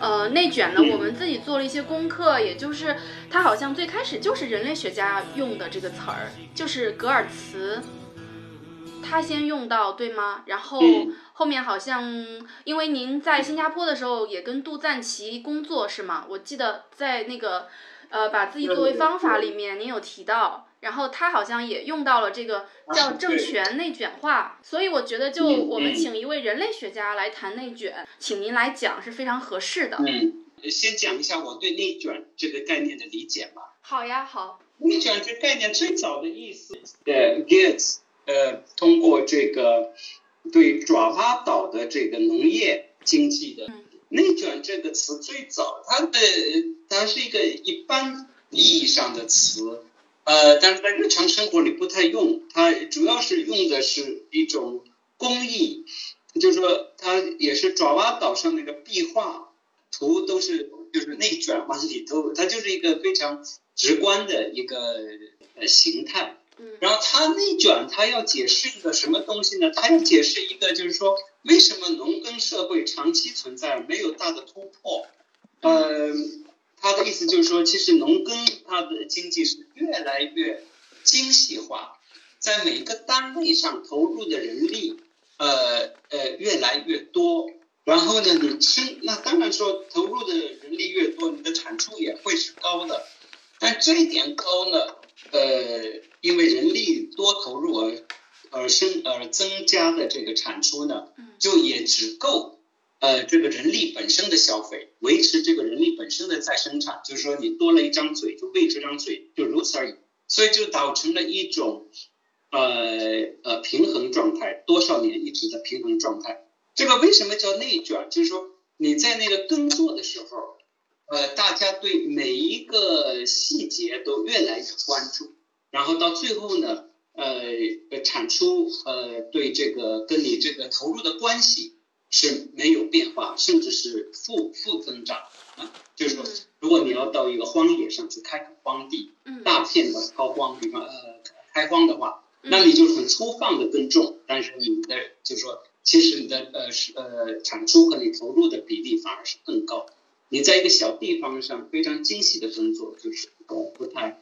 内卷呢，我们自己做了一些功课，也就是它好像最开始就是人类学家用的这个词儿，就是格尔茨。他先用到对吗？然后后面好像因为您在新加坡的时候也跟杜赞奇工作是吗？我记得在那个把自己作为方法里面您有提到，然后他好像也用到了这个叫政权内卷化，所以我觉得就我们请一位人类学家来谈内卷，请您来讲是非常合适的。 先讲一下我对内卷这个概念的理解吧。 好呀，好。 内卷这个概念最早的意思，Gates通过这个对爪哇岛的这个农业经济的内卷这个词最早，它是一个一般意义上的词，但是在日常生活里不太用，它主要是用的是一种工艺，就是说它也是爪哇岛上那个壁画图都是就是内卷往里头，它就是一个非常直观的一个形态。然后它内卷，它要解释一个什么东西呢？它要解释一个就是说，为什么农耕社会长期存在没有大的突破？他的意思就是说，其实农耕它的经济是越来越精细化，在每个单位上投入的人力越来越多。然后呢，那当然说投入的人力越多，你的产出也会是高的。但这一点高呢，因为人力多投入而增加的这个产出呢，就也只够这个人力本身的消费，维持这个人力本身的再生产，就是说你多了一张嘴，就为这张嘴，就如此而已。所以就导成了一种平衡状态，多少年一直的平衡状态。这个为什么叫内卷？就是说你在那个耕作的时候，大家对每一个细节都越来越关注，然后到最后呢，产出对这个跟你这个投入的关系是没有变化，甚至是负增长就是说，如果你要到一个荒野上去开垦荒地，大片的开荒地方开荒的话，那你就很粗放的耕种，但是你的就是说，其实你的产出和你投入的比例反而是更高。你在一个小地方上非常精细的工作，就是不太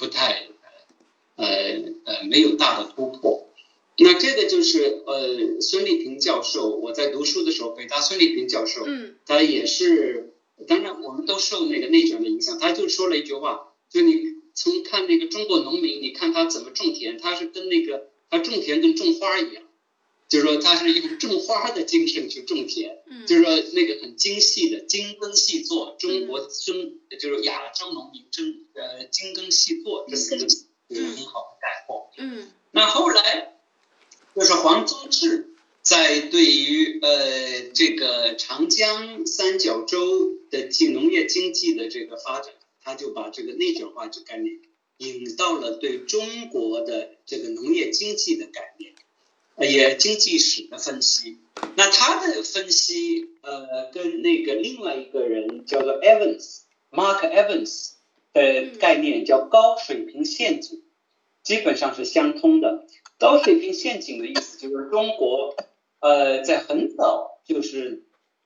没有大的突破。那这个就是孙立平教授，我在读书的时候，北大孙立平教授，他也是，当然我们都受那个内卷的影响，他就说了一句话，就你从看那个中国农民，你看他怎么种田，他是跟那个他种田跟种花一样。就是说他是用种花的精神去种田，就是说那个很精细的精耕细作，中国就是亚洲农民精耕细作这四个字就是很好的概括。那后来就是黄宗智在对于这个长江三角洲的农业经济的这个发展，他就把这个内卷化这概念引到了对中国的这个农业经济的概念。也经济史的分析，那他的分析跟那个另外一个人叫做 Mark Evans 的概念叫高水平陷阱，基本上是相通的。高水平陷阱的意思就是中国在很早就是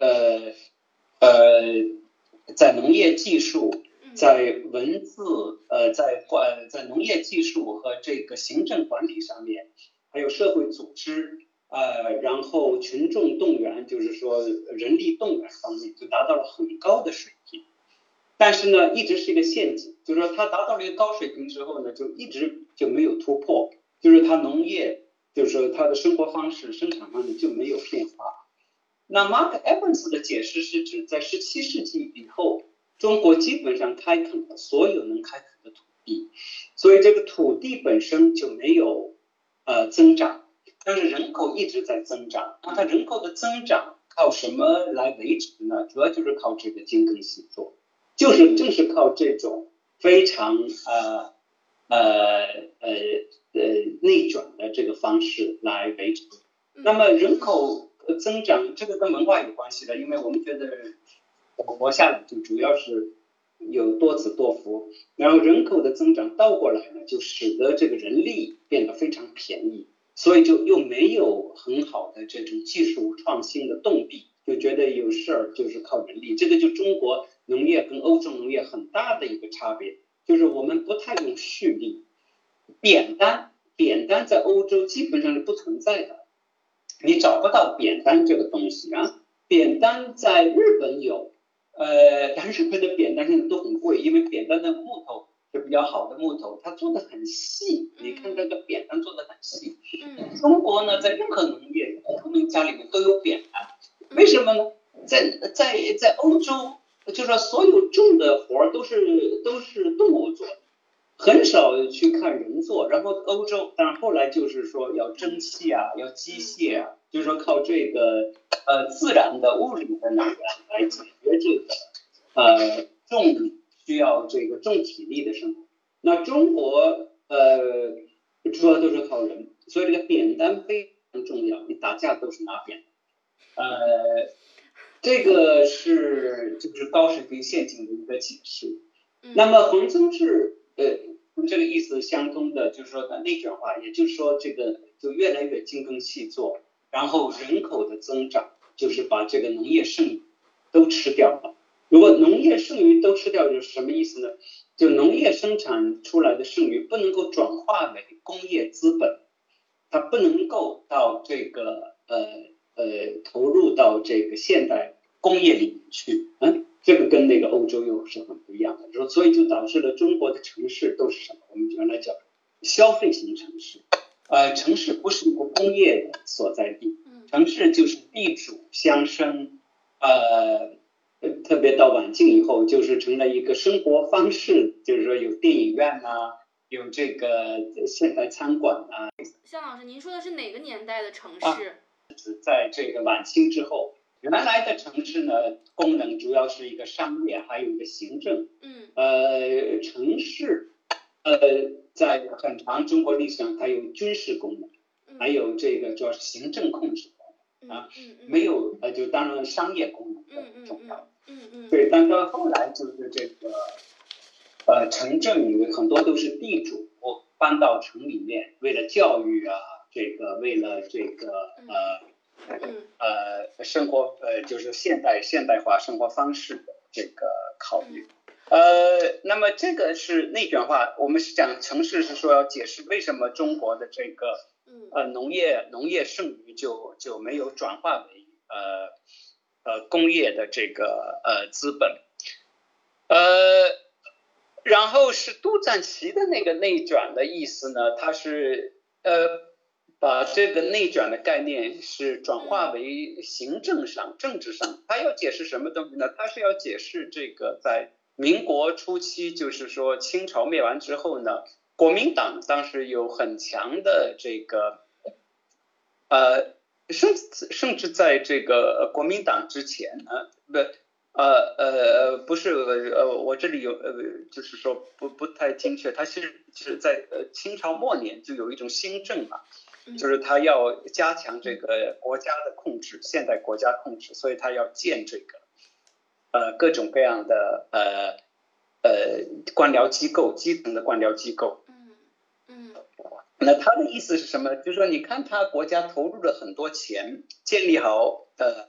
在农业技术、在文字在农业技术和这个行政管理上面。还有社会组织，然后群众动员，就是说人力动员方面就达到了很高的水平，但是呢，一直是一个陷阱，就是说它达到了一个高水平之后呢，就一直就没有突破，就是它农业，就是说它的生活方式、生产方面就没有变化。那 Mark Evans 的解释是指在17世纪以后，中国基本上开垦了所有能开垦的土地，所以这个土地本身就没有增长，但是人口一直在增长。那它人口的增长靠什么来维持呢？主要就是靠这个精耕细作，正是靠这种非常内卷的这个方式来维持。那么人口增长这个跟文化有关系的，因为我们觉得活下来就主要是有多子多福，然后人口的增长倒过来呢，就使得这个人力变得非常便宜，所以就又没有很好的这种技术创新的动力就觉得有事儿就是靠人力。这个就中国农业跟欧洲农业很大的一个差别，就是我们不太用蓄力。扁担在欧洲基本上是不存在的，你找不到扁担这个东西啊。扁担在日本有，但日本的扁担现在都很贵，因为扁担的木头是比较好的木头，它做的很细，你看这个扁担做的很细。中国呢，在任何农民家里面都有扁担，为什么呢？在欧洲，就说所有重的活都是动物做的，很少去看人做。然后欧洲，当然后来就是说要蒸汽啊，要机械啊，就是说靠这个自然的物理的能源来解决这个需要这个重体力的生活。那中国主要都是靠人，所以这个扁担非常重要，你打架都是拿扁担。这个就是高水平陷阱的一个解释。那么横宗志这个意思相通的，就是说它内卷化，也就是说这个就越来越精耕细作，然后人口的增长就是把这个农业剩余都吃掉了。如果农业剩余都吃掉，就是什么意思呢？就农业生产出来的剩余不能够转化为工业资本，它不能够到这个投入到这个现代工业里面去。这个跟那个欧洲又是很不一样的，所以就导致了中国的城市都是什么？我们原来叫消费型城市。城市不是一个工业的所在地，城市就是地主乡绅，特别到晚近以后，就是成了一个生活方式，就是说有电影院啊，有这个现代餐馆啊。 向老师，您说的是哪个年代的城市？ 在这个晚清之后。原来的城市呢，功能主要是一个商业，还有一个行政。城市，在很长中国历史上，它有军事功能，还有这个主要是行政控制功能没有就当然商业功能很重要。对，但到后来就是这个城镇很多都是地主搬到城里面，为了教育啊，这个为了这个生活就是现代化生活方式的这个考虑。那么这个是内卷化。我们是讲城市是说要解释为什么中国的这个农业剩余就没有转化为工业的这个资本。然后是杜赞奇的那个内卷的意思呢，它是把这个内卷的概念是转化为行政上政治上。他要解释什么东西呢？他是要解释这个在民国初期，就是说清朝灭完之后呢，国民党当时有很强的这个甚至在这个国民党之前呢，不是我这里有就是说不太精确，它是在清朝末年就有一种新政嘛，就是他要加强这个国家的控制，现代国家控制，所以他要建这个各种各样的官僚机构，基层的官僚机构。那他的意思是什么？就是说，你看他国家投入了很多钱，建立好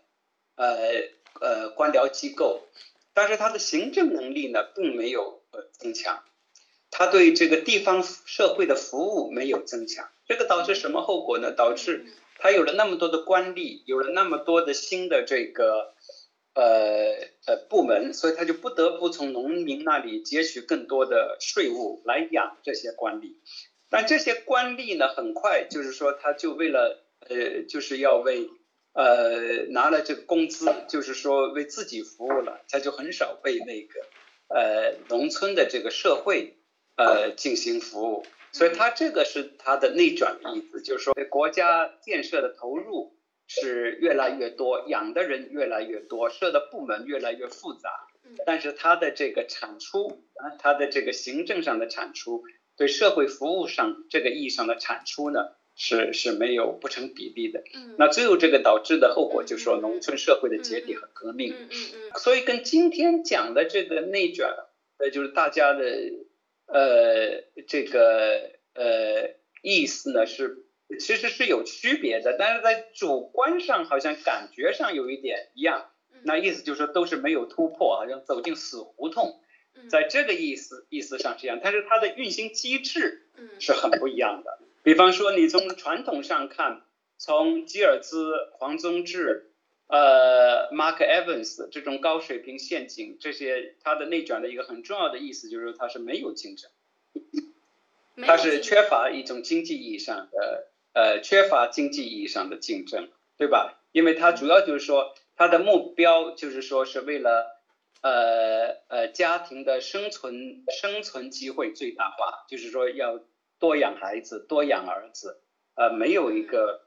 官僚机构，但是他的行政能力呢，并没有增强，他对这个地方社会的服务没有增强。这个导致什么后果呢？导致他有了那么多的官吏，有了那么多的新的这个部门，所以他就不得不从农民那里截取更多的税务来养这些官吏。但这些官吏呢，很快就是说他就为了就是要为拿了这个工资，就是说为自己服务了，他就很少为那个农村的这个社会进行服务。所以他这个是他的内转的意思，就是说国家建设的投入是越来越多，养的人越来越多，设的部门越来越复杂，但是他的这个产出他的这个行政上的产出，对社会服务上这个意义上的产出呢，是没有不成比例的。那最后这个导致的后果就是说农村社会的解体和革命。所以跟今天讲的这个内卷就是大家的这个意思呢是其实是有区别的，但是在主观上好像感觉上有一点一样。那意思就是说都是没有突破，好像走进死胡同。在这个意思上是一样，但是它的运行机制是很不一样的。比方说你从传统上看，从基尔兹、黄宗智、Mark Evans 这种高水平陷阱，这些它的内卷的一个很重要的意思就是它是没有竞争，它是缺乏一种经济意义上的缺乏经济意义上的竞争，对吧？因为它主要就是说它的目标就是说是为了家庭的生存机会最大化，就是说要多养孩子，多养儿子，没有一个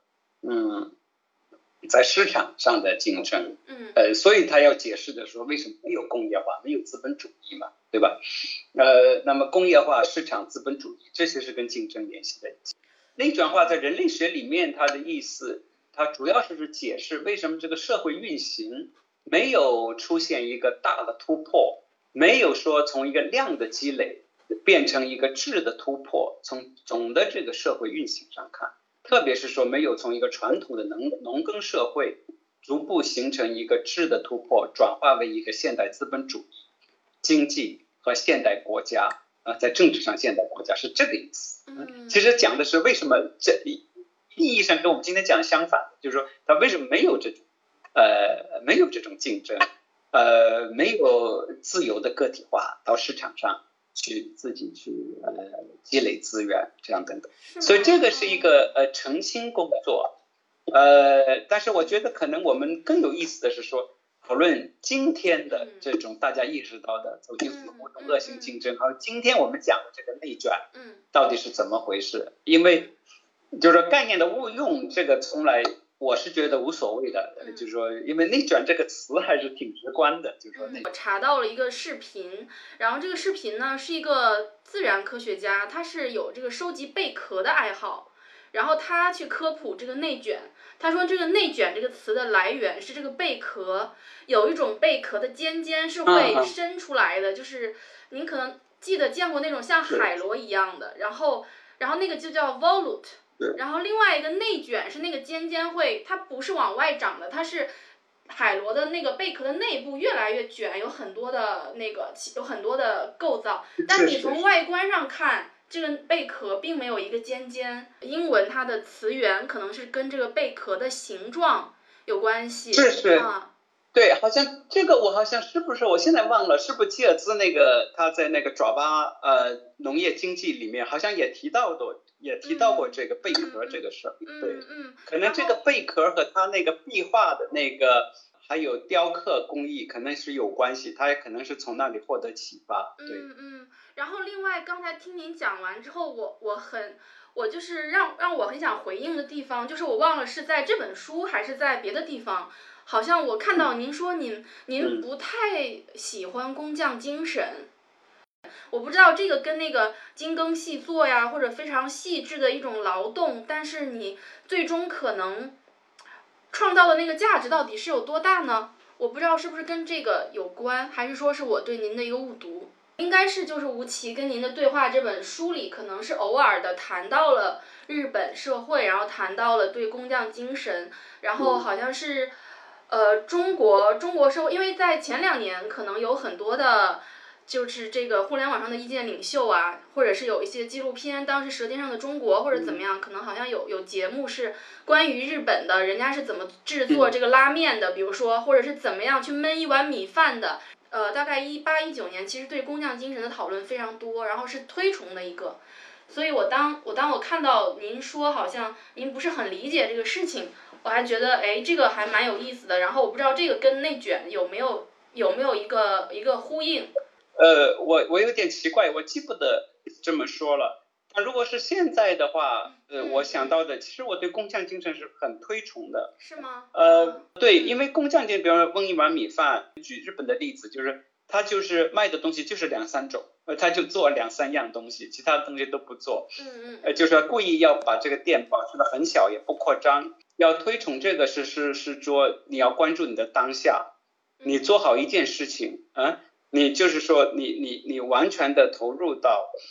在市场上的竞争，所以他要解释的说为什么没有工业化，没有资本主义嘛，对吧？那么工业化、市场、资本主义这些是跟竞争联系的。内转化在人类学里面，它的意思，它主要是解释为什么这个社会运行没有出现一个大的突破，没有说从一个量的积累变成一个质的突破，从总的这个社会运行上看，特别是说没有从一个传统的农耕社会逐步形成一个质的突破，转化为一个现代资本主义经济和现代国家在政治上现代国家是这个意思。其实讲的是为什么这意义上跟我们今天讲相反，就是说它为什么没有这种竞争，没有自由的个体化到市场上去自己去积累资源这样等等，所以这个是一个澄清工作。但是我觉得可能我们更有意思的是说讨论今天的这种大家意识到的走进死胡同、恶性竞争，还有今天我们讲的这个内卷到底是怎么回事。因为就是说概念的误用，这个从来我是觉得无所谓的，就是说因为内卷这个词还是挺直观的，就是说我查到了一个视频，然后这个视频呢是一个自然科学家，他是有这个收集贝壳的爱好，然后他去科普这个内卷。他说这个内卷这个词的来源是这个贝壳有一种贝壳的尖尖是会伸出来的，就是您可能见过那种像海螺一样的，然后那个就叫 volute。然后另外一个内卷是那个尖尖它不是往外长的，它是海螺的那个贝壳的内部越来越卷，有很多的构造，但你从外观上看，这个贝壳并没有一个尖尖。英文它的词源可能是跟这个贝壳的形状有关系。 对，好像这个我好像是不是我现在忘了，是不是基尔兹那个他在那个爪哇农业经济里面好像也提到过这个贝壳这个事儿。对，可能这个贝壳和他那个壁画的那个还有雕刻工艺可能是有关系，他也可能是从那里获得启发。对， 然后另外刚才听您讲完之后，我就是让我很想回应的地方，就是我忘了是在这本书还是在别的地方，好像我看到您说您不太喜欢工匠精神。我不知道这个跟那个精耕细作呀，或者非常细致的一种劳动，但是你最终可能创造的那个价值到底是有多大呢？我不知道是不是跟这个有关，还是说是我对您的一个误读。应该是就是吴奇跟您的对话这本书里可能是偶尔的谈到了日本社会，然后谈到了对工匠精神，然后好像是中国社会，因为在前2年可能有很多的就是这个互联网上的意见领袖啊，或者是有一些纪录片，当时《舌尖上的中国》或者怎么样，可能好像有节目是关于日本的，人家是怎么制作这个拉面的，比如说，或者是怎么样去焖一碗米饭的。大概18、19年，其实对工匠精神的讨论非常多，然后是推崇的一个。所以当我看到您说好像您不是很理解这个事情，我还觉得这个还蛮有意思的。然后我不知道这个跟内卷有没有一个呼应。 我有点奇怪，我记不得这么说了。那如果是现在的话，我想到的，其实我对工匠精神是很推崇的。 是吗？ 对，因为工匠精神，比方说焖一碗米饭，举日本的例子，就是他就是卖的东西就是2、3种，他就做2、3样东西，其他东西都不做。就是故意要把这个店保持的很小，也不扩张。要推崇这个是说你要关注你的当下，你做好一件事情你就是说你完全的投入到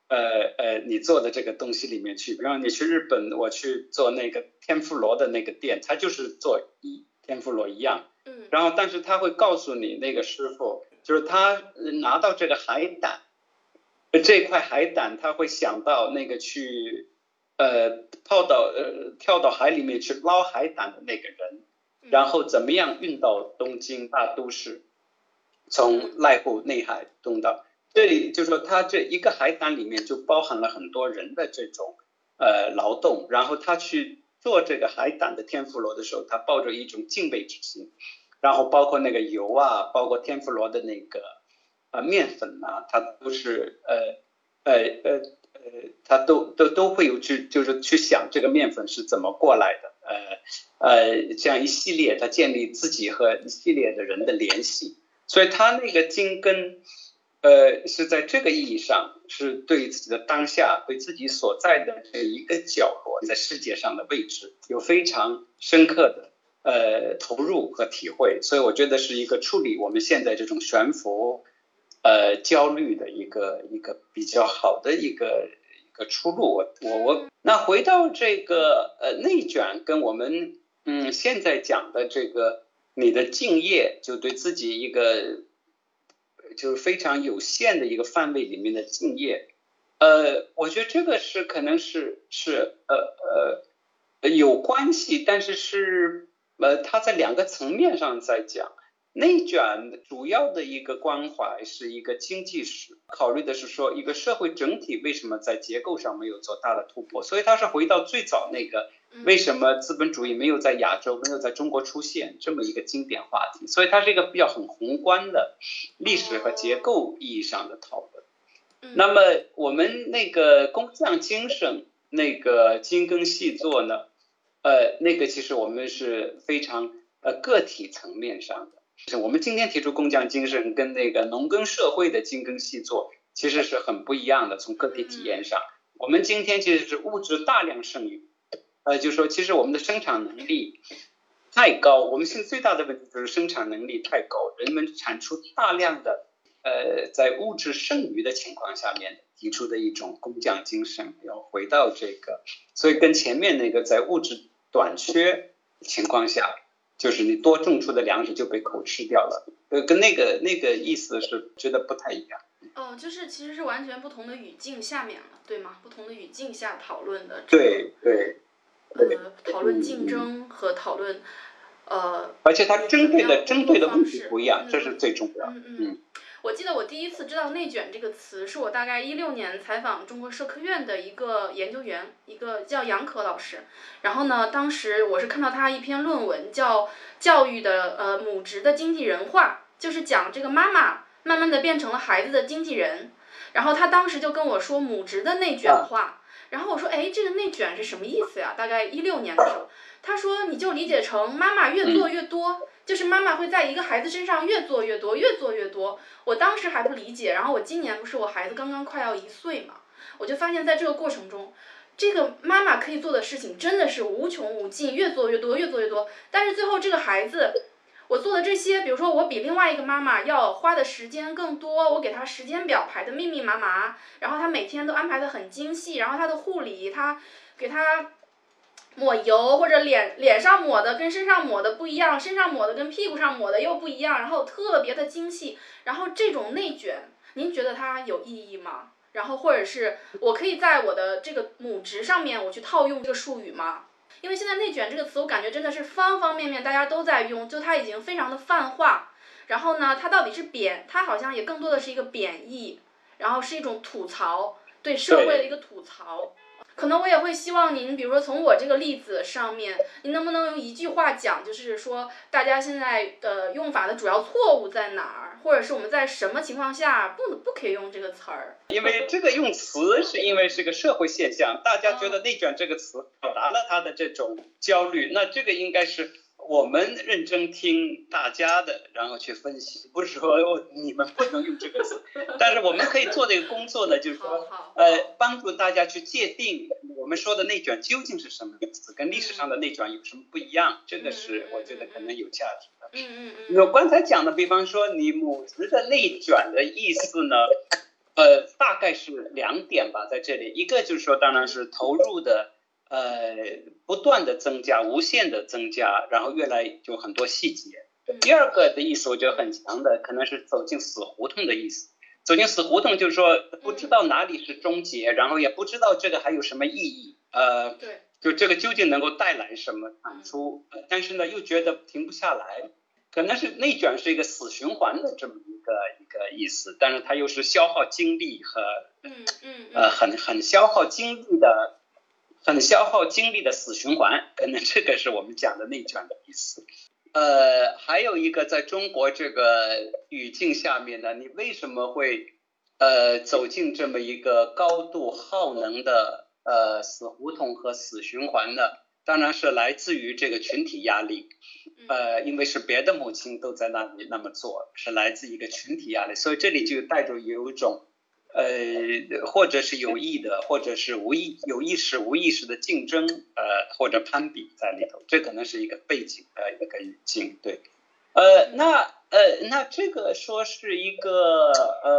你做的这个东西里面去。比方你去日本，我去做那个天妇罗的那个店，他就是做天妇罗一样，然后但是他会告诉你那个师傅，就是他拿到这个海胆，这块海胆他会想到那个去跳到海里面去捞海胆的那个人，然后怎么样运到东京大都市，从濑户内海东到这里，就是说他这一个海胆里面就包含了很多人的这种劳动，然后他去做这个海胆的天妇罗的时候，他抱着一种敬畏之心，然后包括那个油啊，包括天妇罗的那个面粉啊，它都是他都会有就是去想这个面粉是怎么过来的，这样一系列，他建立自己和一系列的人的联系，所以他那个精根，是在这个意义上是对自己的当下，对自己所在的这一个角落在世界上的位置有非常深刻的投入和体会，所以我觉得是一个处理我们现在这种悬浮焦虑的一个比较好的一个出路。那回到这个内卷跟我们现在讲的这个你的敬业，就对自己一个就是非常有限的一个范围里面的敬业，我觉得这个是可能是有关系，但是它在两个层面上在讲。内卷主要的一个关怀是一个经济史，考虑的是说一个社会整体为什么在结构上没有做大的突破，所以它是回到最早那个为什么资本主义没有在亚洲没有在中国出现这么一个经典话题，所以它是一个比较很宏观的历史和结构意义上的讨论。那么我们那个工匠精神那个精耕细作呢，那个其实我们是非常个体层面上的。我们今天提出工匠精神跟那个农耕社会的精耕细作其实是很不一样的，从个体体验上，我们今天其实是物质大量剩余，就是说其实我们的生产能力太高，我们现在最大的问题就是生产能力太高，人们产出大量的在物质剩余的情况下面提出的一种工匠精神，要回到这个，所以跟前面那个在物质短缺情况下，就是你多种出的粮食就被狗吃掉了，跟那个意思是觉得不太一样。 就是其实是完全不同的语境下面了，对吗？不同的语境下讨论的对， 讨论竞争和讨论而且它针对的问题不一样，这是最重要的。 我记得我第一次知道内卷这个词，是我大概2016年采访中国社科院的一个研究员，一个叫杨可老师。然后呢，当时我是看到他一篇论文，叫《教育的母职的经纪人化》，就是讲这个妈妈慢慢的变成了孩子的经纪人。然后他当时就跟我说母职的内卷化，然后我说，哎，这个内卷是什么意思呀？大概2016年的时候，他说你就理解成妈妈越做越多。就是妈妈会在一个孩子身上越做越多，越做越多。我当时还不理解，然后我今年不是我孩子刚刚快要1岁嘛，我就发现在这个过程中，这个妈妈可以做的事情真的是无穷无尽，越做越多，越做越多。但是最后这个孩子，我做的这些，比如说我比另外一个妈妈要花的时间更多，我给她时间表排的密密麻麻，然后她每天都安排的很精细，然后她的护理，她给她抹油，或者脸上抹的跟身上抹的不一样，身上抹的跟屁股上抹的又不一样，然后特别的精细。然后这种内卷，您觉得它有意义吗？然后或者是我可以在我的这个母职上面我去套用这个术语吗？因为现在内卷这个词我感觉真的是方方面面大家都在用，就它已经非常的泛化。然后呢，它到底是它好像也更多的是一个贬义，然后是一种吐槽，对社会的一个吐槽。可能我也会希望您，比如说从我这个例子上面，您能不能用一句话讲，就是说大家现在的用法的主要错误在哪儿，或者是我们在什么情况下不可以用这个词儿？ 因为这个用词是因为是个社会现象，大家觉得内卷这个词表达了他的这种焦虑，那这个应该是我们认真听大家的，然后去分析，不是说你们不能用这个词，但是我们可以做这个工作呢，就是说帮助大家去界定我们说的内卷究竟是什么意思，跟历史上的内卷有什么不一样，这个是我觉得可能有价值的。我刚才讲的，比方说你母职的内卷的意思呢， 大概是2点吧，在这里，一个就是说，当然是投入的不断的增加，无限的增加，然后越来就很多细节。第二个的意思我觉得很强的，可能是走进死胡同的意思。走进死胡同就是说不知道哪里是终结，然后也不知道这个还有什么意义， 对， 就这个究竟能够带来什么产出，但是呢又觉得停不下来，可能是内卷是一个死循环的这么一个意思，但是它又是消耗精力和很消耗精力的死循环，可能这个是我们讲的内卷的意思。还有一个在中国这个语境下面呢，你为什么会走进这么一个高度耗能的死胡同和死循环呢？当然是来自于这个群体压力，因为是别的母亲都在那里那么做，是来自一个群体压力，所以这里就带着有一种或者是有意的，或者是有意识无意识的竞争，或者攀比在里头，这可能是一个背景一个语境，对，那这个说是一个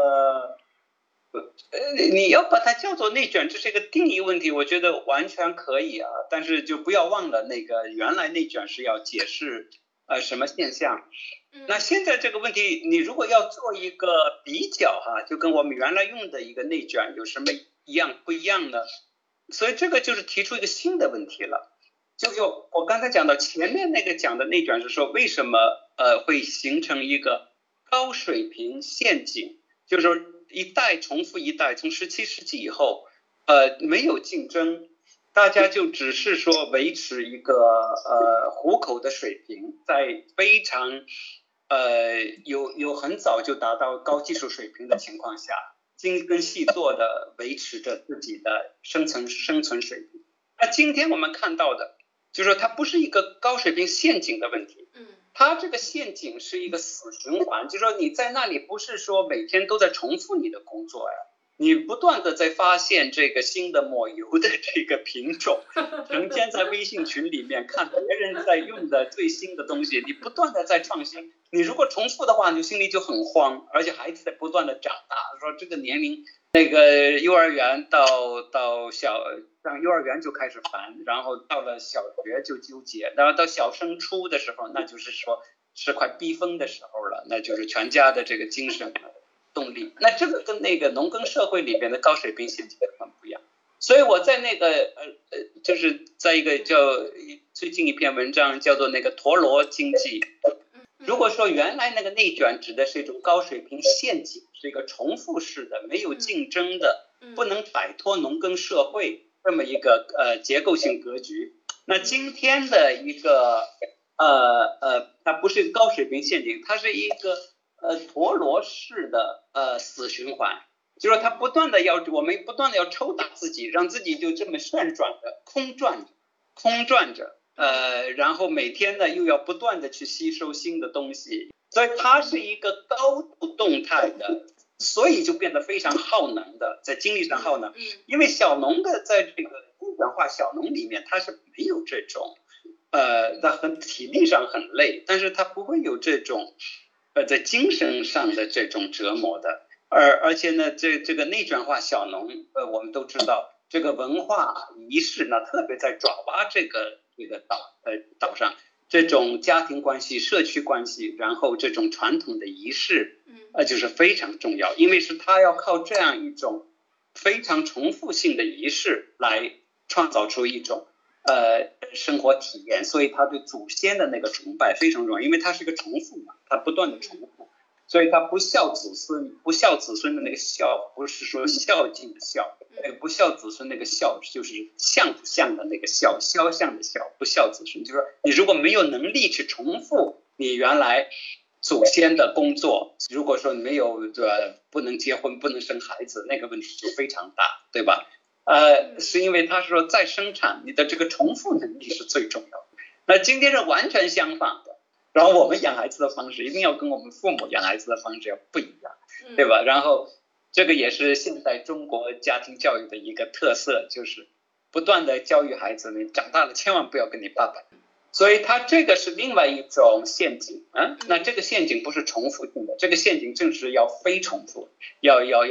你要把它叫做内卷，这是一个定义问题，我觉得完全可以啊，但是就不要忘了那个原来内卷是要解释什么现象。那现在这个问题，你如果要做一个比较哈，就跟我们原来用的一个内卷有什么一样不一样呢？所以这个就是提出一个新的问题了。就是我刚才讲到前面那个讲的内卷是说为什么会形成一个高水平陷阱，就是说一代重复一代，从17世纪以后没有竞争，大家就只是说维持一个糊口的水平，在非常有很早就达到高技术水平的情况下，精耕细作的维持着自己的生存水平。那今天我们看到的就是说它不是一个高水平陷阱的问题，它这个陷阱是一个死循环，就是说你在那里不是说每天都在重复你的工作呀，你不断的在发现这个新的抹油的这个品种，成天在微信群里面看别人在用的最新的东西，你不断的在创新，你如果重复的话，你心里就很慌，而且孩子在不断的长大，说这个年龄那个幼儿园到上幼儿园就开始烦，然后到了小学就纠结，然后到小升初的时候，那就是说是快逼疯的时候了，那就是全家的这个精神动力，那这个跟那个农耕社会里边的高水平陷阱很不一样。所以我在那个就是在一个叫最近一篇文章叫做那个陀螺经济，如果说原来那个内卷指的是一种高水平陷阱，是一个重复式的没有竞争的不能摆脱农耕社会这么一个结构性格局，那今天的一个它不是高水平陷阱，它是一个陀螺式的死循环，就是说它我们不断的要抽打自己，让自己就这么旋转着空转着然后每天呢又要不断的去吸收新的东西，所以它是一个高度动态的，所以就变得非常耗能的，在精力上耗能，因为小农的在这个工转化小农里面，它是没有这种它体力上很累，但是它不会有这种在精神上的这种折磨的，而且呢这个内转化小农我们都知道这个文化仪式呢，特别在爪哇这个岛上，这种家庭关系社区关系，然后这种传统的仪式就是非常重要，因为是他要靠这样一种非常重复性的仪式来创造出一种生活体验，所以他对祖先的那个崇拜非常重要，因为它是一个重复嘛，它不断的重复，所以他不孝子孙的那个孝，不是说孝敬的孝，那个不孝子孙那个孝就是像不像的那个孝，肖像的孝，不孝子孙，就是说你如果没有能力去重复你原来祖先的工作，如果说没有不能结婚不能生孩子，那个问题就非常大，对吧？是因为他说再生产你的这个重复能力是最重要的，那今天是完全相反的，然后我们养孩子的方式一定要跟我们父母养孩子的方式要不一样，对吧？然后这个也是现在中国家庭教育的一个特色，就是不断的教育孩子，你长大了千万不要跟你爸爸，所以它这个是另外一种陷阱那这个陷阱不是重复性的，这个陷阱正是要非重复，要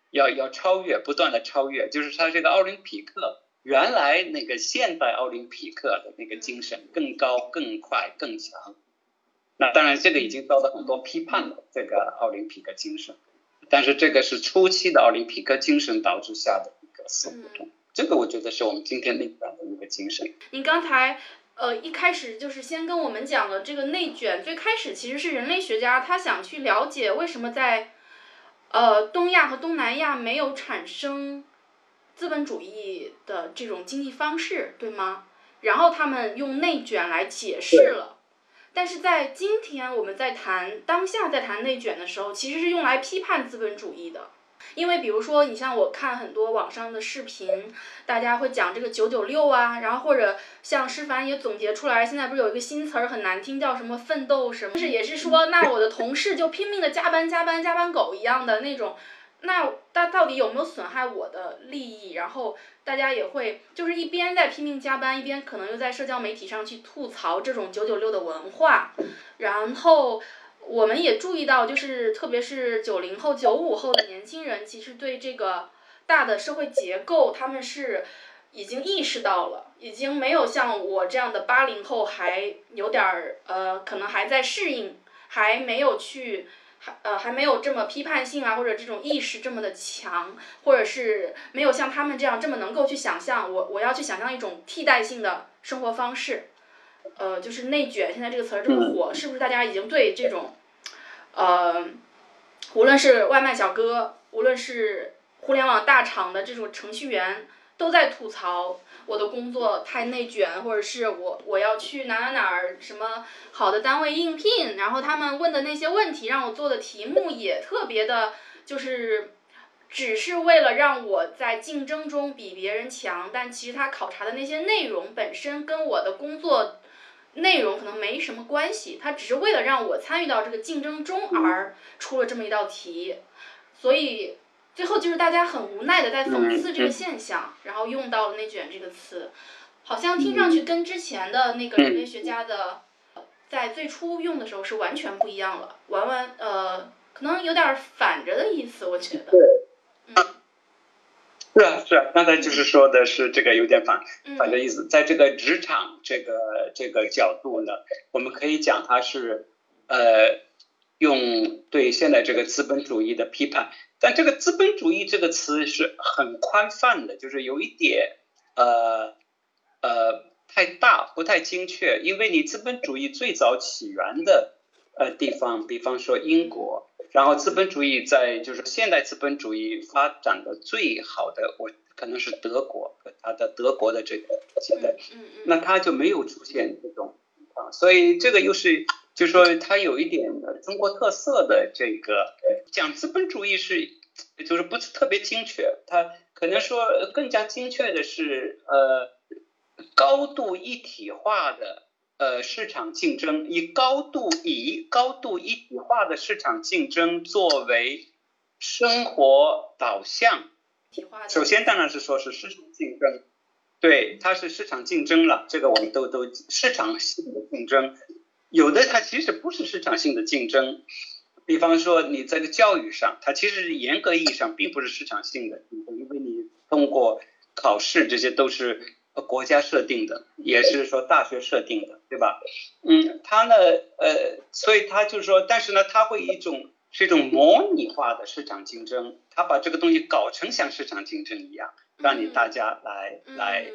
要超越，不断的超越，就是他这个奥林匹克原来那个现代奥林匹克的那个精神更高、更快、更强。那当然，这个已经遭到很多批判了，这个奥林匹克精神。但是这个是初期的奥林匹克精神导致下的一个死胡同。这个我觉得是我们今天内卷的一个精神。 您刚才一开始就是先跟我们讲了这个内卷，最开始其实是人类学家他想去了解为什么在东亚和东南亚没有产生资本主义的这种经济方式，对吗？然后他们用内卷来解释了。但是在今天我们在当下在谈内卷的时候，其实是用来批判资本主义的。因为比如说你像我看很多网上的视频，大家会讲这个996啊，然后或者像施凡也总结出来，现在不是有一个新词儿很难听，叫什么奋斗什么，就是也是说那我的同事就拼命的加班狗一样的那种，那他到底有没有损害我的利益？然后大家也会就是一边在拼命加班，一边可能又在社交媒体上去吐槽这种996的文化。然后我们也注意到，就是特别是90后、95后的年轻人，其实对这个大的社会结构，他们是已经意识到了，已经没有像我这样的80后还有点可能还在适应，还没有这么批判性啊，或者这种意识这么的强，或者是没有像他们这样这么能够去想象，我要去想象一种替代性的生活方式。就是内卷，现在这个词儿这么火，是不是大家已经对这种，无论是外卖小哥，无论是互联网大厂的这种程序员，都在吐槽我的工作太内卷，或者是我要去哪儿什么好的单位应聘，然后他们问的那些问题，让我做的题目也特别的，就是只是为了让我在竞争中比别人强，但其实他考察的那些内容本身跟我的工作内容可能没什么关系，他只是为了让我参与到这个竞争中而出了这么一道题，所以最后就是大家很无奈的在讽刺这个现象，然后用到了内卷这个词，好像听上去跟之前的那个人类学家的在最初用的时候是完全不一样了，可能有点反着的意思，我觉得。 是啊，刚才就是说的是这个有点反着意思，在这个职场这个角度呢，我们可以讲它是用对现在这个资本主义的批判，但这个资本主义这个词是很宽泛的，就是有一点太大不太精确，因为你资本主义最早起源的地方，比方说英国。然后资本主义就是现代资本主义发展的最好的，可能是德国，它的德国的这个现代，那它就没有出现这种所以这个又是就是说它有一点中国特色的这个讲资本主义就是不是特别精确，它可能说更加精确的是高度一体化的。市场竞争以高度一体化的市场竞争作为生活导向。首先当然是说是市场竞争，对，它是市场竞争了，这个我们都市场性的竞争，有的它其实不是市场性的竞争，比方说你在这个教育上，它其实严格意义上并不是市场性的竞争，因为你通过考试这些都是国家设定的，也是说大学设定的，对吧？它呢，所以它就是说，但是呢，它会是一种模拟化的市场竞争，它把这个东西搞成像市场竞争一样，让你大家来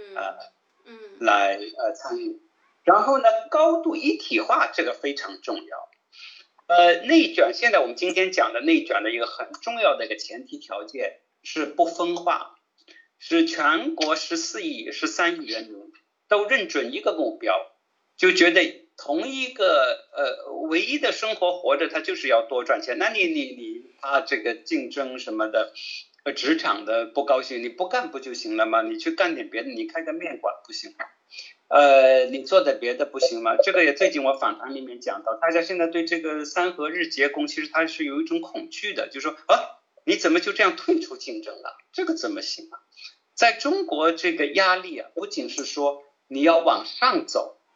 参与。然后呢，高度一体化这个非常重要。内卷，现在我们今天讲的内卷的一个很重要的一个前提条件是不分化。是全国14亿人民都认准一个目标，就觉得同一个唯一的生活活着，他就是要多赚钱。那你怕这个竞争什么的，职场的不高兴，你不干不就行了吗？你去干点别的，你开个面馆不行吗？你做点别的不行吗？这个也最近我访谈里面讲到，大家现在对这个3和日结工，其实它是有一种恐惧的，就是说你怎么就这样退出竞争了？这个怎么行啊？在中国这个压力啊，不仅是说你要往上走，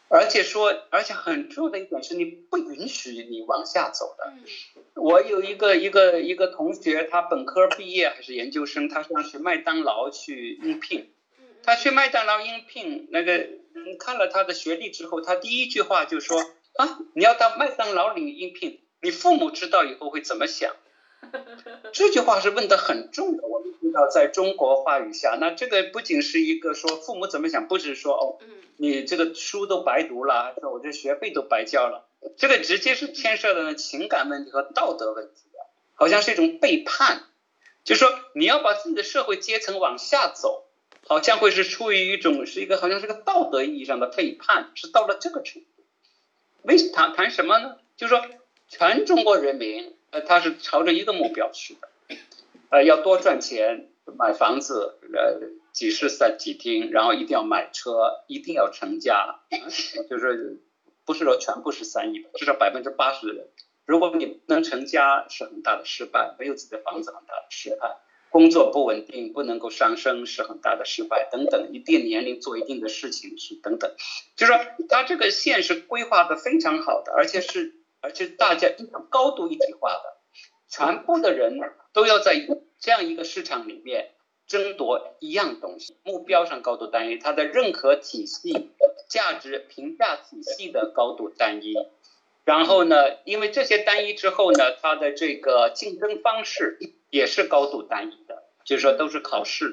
而且很重要的一点是你不允许你往下走的。我有一个同学，他本科毕业还是研究生，他想去麦当劳去应聘。他去麦当劳应聘，那个看了他的学历之后，他第一句话就说啊，你要到麦当劳里应聘，你父母知道以后会怎么想？这句话是问得很重的。我们知道，在中国话语下，那这个不仅是一个说父母怎么想，不是说哦，你这个书都白读了，说我这学费都白交了，这个直接是牵涉到情感问题和道德问题的，好像是一种背叛，就是说你要把自己的社会阶层往下走，好像会是出于好像是个道德意义上的背叛，是到了这个程度。谈什么呢？就是说全中国人民他是朝着一个目标去的，要多赚钱，买房子，几室几厅，然后一定要买车，一定要成家，就是不是说全部是3亿，至少80%的人，如果你能成家是很大的失败，没有自己的房子很大的失败，工作不稳定，不能够上升是很大的失败，等等，一定年龄做一定的事情是等等，就是说他这个线是规划的非常好的，而且大家高度一体化的，全部的人都要在这样一个市场里面争夺一样东西，目标上高度单一，它的认可体系、价值评价体系的高度单一。然后呢，因为这些单一之后呢，它的这个竞争方式也是高度单一的，就是说都是考试，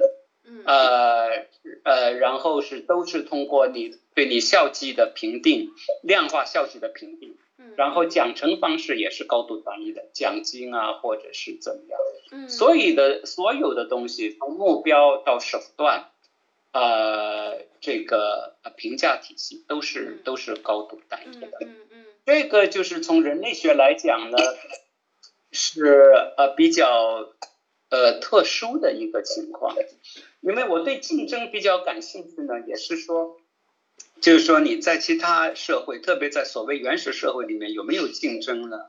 然后都是通过对你效绩的评定，量化效绩的评定，然后奖惩方式也是高度单一的，奖金啊或者是怎么样，所有的东西从目标到手段，这个评价体系都是高度单一的。这个就是从人类学来讲呢，是比较特殊的一个情况。因为我对竞争比较感兴趣呢，也是说，就是说你在其他社会，特别在所谓原始社会里面有没有竞争呢？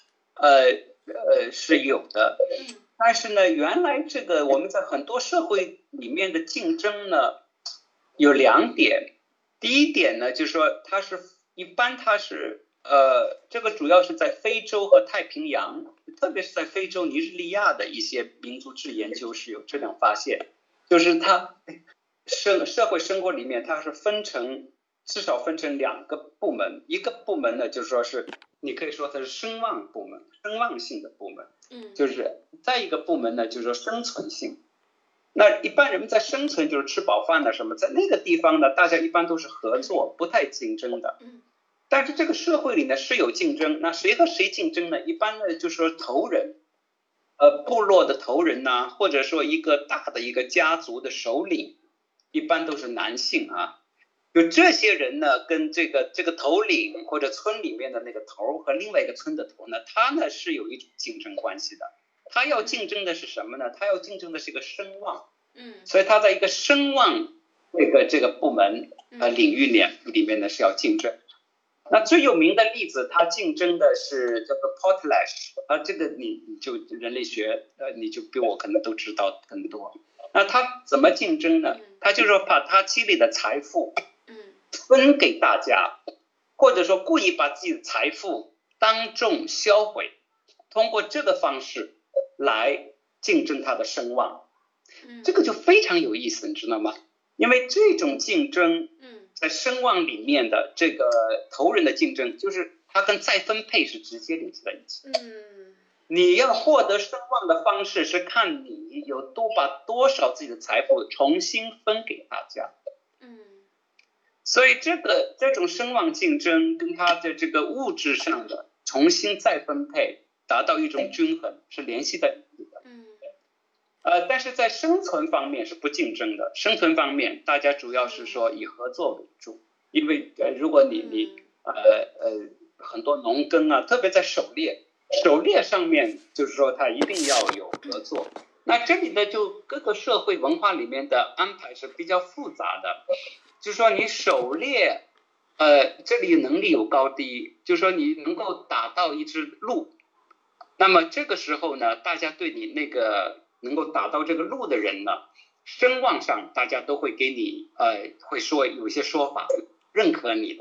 是有的，但是呢，原来这个我们在很多社会里面的竞争呢，有2点。第一点呢，就是说它是这个主要是在非洲和太平洋，特别是在非洲尼日利亚的一些民族志研究是有这样发现，就是它社会生活里面它是至少分成2个部门，一个部门呢就是说是你可以说它是声望部门，声望性的部门，就是再一个部门呢就是说生存性。那一般人们在生存就是吃饱饭的什么，在那个地方呢，大家一般都是合作，不太竞争的。但是这个社会里呢是有竞争，那谁和谁竞争呢？一般呢就是说头人，部落的头人呐，或者说一个大的一个家族的首领，一般都是男性啊。就这些人呢，跟这个头领或者村里面的那个头和另外一个村的头呢，他呢是有一种竞争关系的。他要竞争的是什么呢？他要竞争的是一个声望。所以他在一个声望这个部门领域里面呢是要竞争。那最有名的例子，他竞争的是叫做 Potlatch， 这个你就人类学你就比我可能都知道更多。那他怎么竞争呢？他就是说把他积累的财富分给大家，或者说故意把自己的财富当众销毁，通过这个方式来竞争他的声望。这个就非常有意思，你知道吗？因为这种竞争在声望里面的这个头人的竞争，就是它跟再分配是直接联系在一起。你要获得声望的方式是看你把多少自己的财富重新分给大家。所以这种声望竞争跟它的这个物质上的重新再分配达到一种均衡是联系在一起的。但是在生存方面是不竞争的，生存方面大家主要是说以合作为主，因为如果你很多农耕啊，特别在狩猎上面，就是说它一定要有合作。那这里的就各个社会文化里面的安排是比较复杂的，就是说你狩猎这里能力有高低，就是说你能够打到一只鹿，那么这个时候呢，大家对你那个能够打到这个鹿的人呢，声望上大家都会给你会说有些说法认可你的。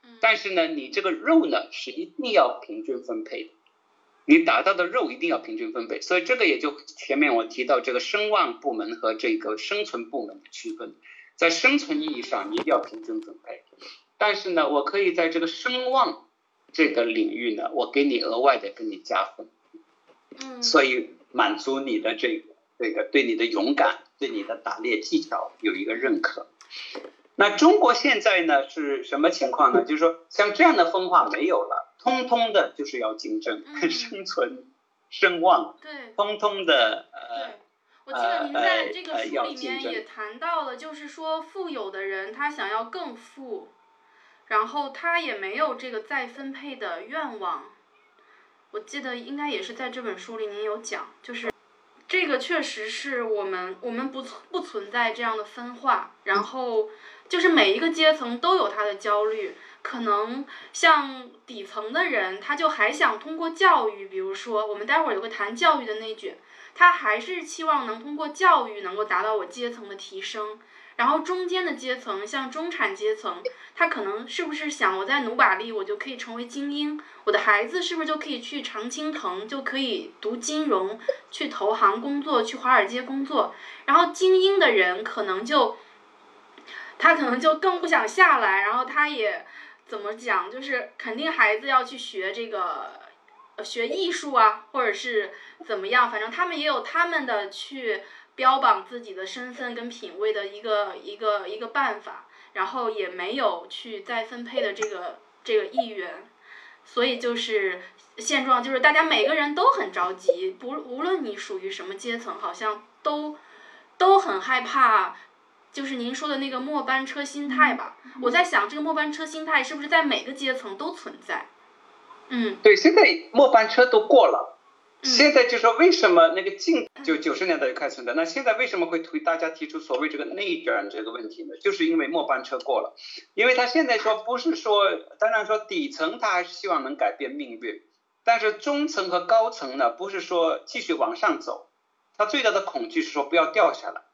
但是呢，你这个肉呢是一定要平均分配的，你达到的肉一定要平均分配。所以这个也就前面我提到这个声望部门和这个生存部门的区分，在生存意义上你一定要平均分配，但是呢，我可以在这个声望这个领域呢，我给你额外的给你加分，所以满足你的这个对你的勇敢，对你的打猎技巧有一个认可。那中国现在呢是什么情况呢？就是说像这样的分化没有了，通通的就是要竞争，生存、声望， 对， 通通的对，我记得您在这个书里面也谈到了，就是说富有的人他想要更富，然后他也没有这个再分配的愿望。我记得应该也是在这本书里您有讲，就是这个确实是我们不存在这样的分化，然后就是每一个阶层都有他的焦虑，可能像底层的人他就还想通过教育，比如说我们待会儿也会谈教育的内卷，他还是期望能通过教育能够达到我阶层的提升。然后中间的阶层，像中产阶层，他可能是不是想我在努把力，我就可以成为精英？我的孩子是不是就可以去常青藤，就可以读金融，去投行工作，去华尔街工作？然后精英的人他可能就更不想下来，然后他也怎么讲，就是肯定孩子要去学这个学艺术啊，或者是怎么样，反正他们也有他们的去标榜自己的身份跟品味的一个办法，然后也没有去再分配的这个意愿，所以就是现状就是大家每个人都很着急，无论你属于什么阶层，好像都很害怕，就是您说的那个末班车心态吧。我在想这个末班车心态是不是在每个阶层都存在？ 对，现在末班车都过了。现在就说为什么那个就90年代就开始存在，那现在为什么会大家提出所谓这个内卷这个问题呢？就是因为末班车过了，因为他现在说不是说，当然说底层他还是希望能改变命运，但是中层和高层呢，不是说继续往上走，他最大的恐惧是说不要掉下来。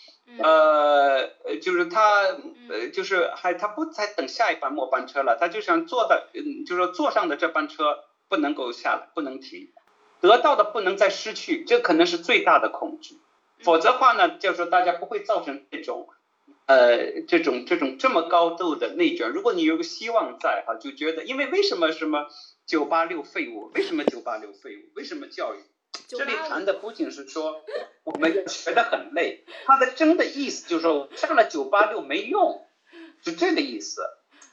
就是他就是他不再等下一班末班车了，他就想就是说坐上的这班车不能够下来，不能停，得到的不能再失去，这可能是最大的恐惧。否则的话呢，就是说大家不会造成这种这么高度的内卷。如果你有个希望在就觉得，因为为什么什么986废物，为什么986废物，为什么教育？这里谈的不仅是说我们要学得很累，它的真的意思就是说上了986没用，是这个意思。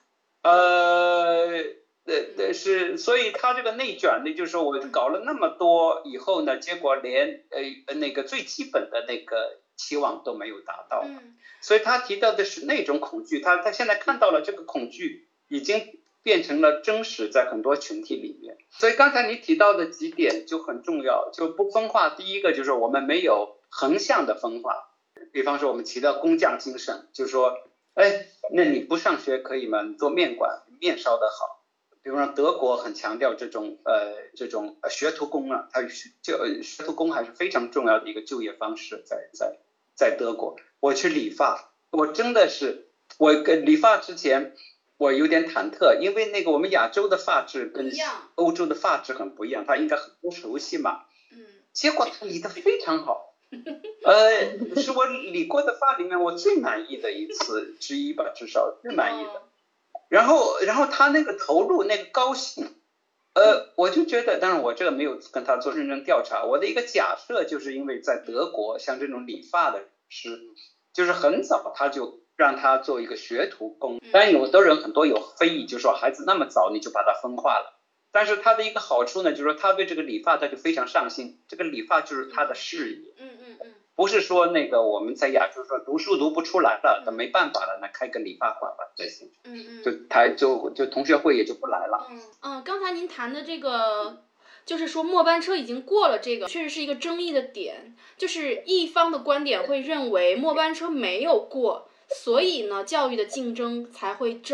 所以他这个内卷呢，就是说我搞了那么多以后呢，结果连那个最基本的那个期望都没有达到。所以他提到的是那种恐惧，他现在看到了这个恐惧已经变成了真实在很多群体里面。所以刚才你提到的几点就很重要，就不分化。第一个就是我们没有横向的分化，比方说我们提到工匠精神，就是说那你不上学可以吗？你做面馆，面烧得好。比方说德国很强调这种学徒工啊，学徒工还是非常重要的一个就业方式。在德国，我去理发，我真的是我跟理发之前我有点忐忑，因为那个我们亚洲的发质跟欧洲的发质很不一样，他应该很不熟悉嘛。结果他理得非常好。是我理过的发里面我最满意的一次之一吧，至少最满意的。然后他那个投入那个高兴，我就觉得，当然我这个没有跟他做认真调查，我的一个假设就是因为在德国像这种理发的师，就是很早他就让他做一个学徒工。当然有的人很多有非议，就说孩子那么早你就把他分化了。但是他的一个好处呢，就是说他对这个理发他就非常上心，这个理发就是他的事业。不是说那个我们在亚洲说读书读不出来了，那没办法了，那开个理发馆吧，这些。就同学会也就不来了。 刚才您谈的这个，就是说末班车已经过了，这个确实是一个争议的点。就是一方的观点会认为末班车没有过，所以呢，教育的竞争才会这么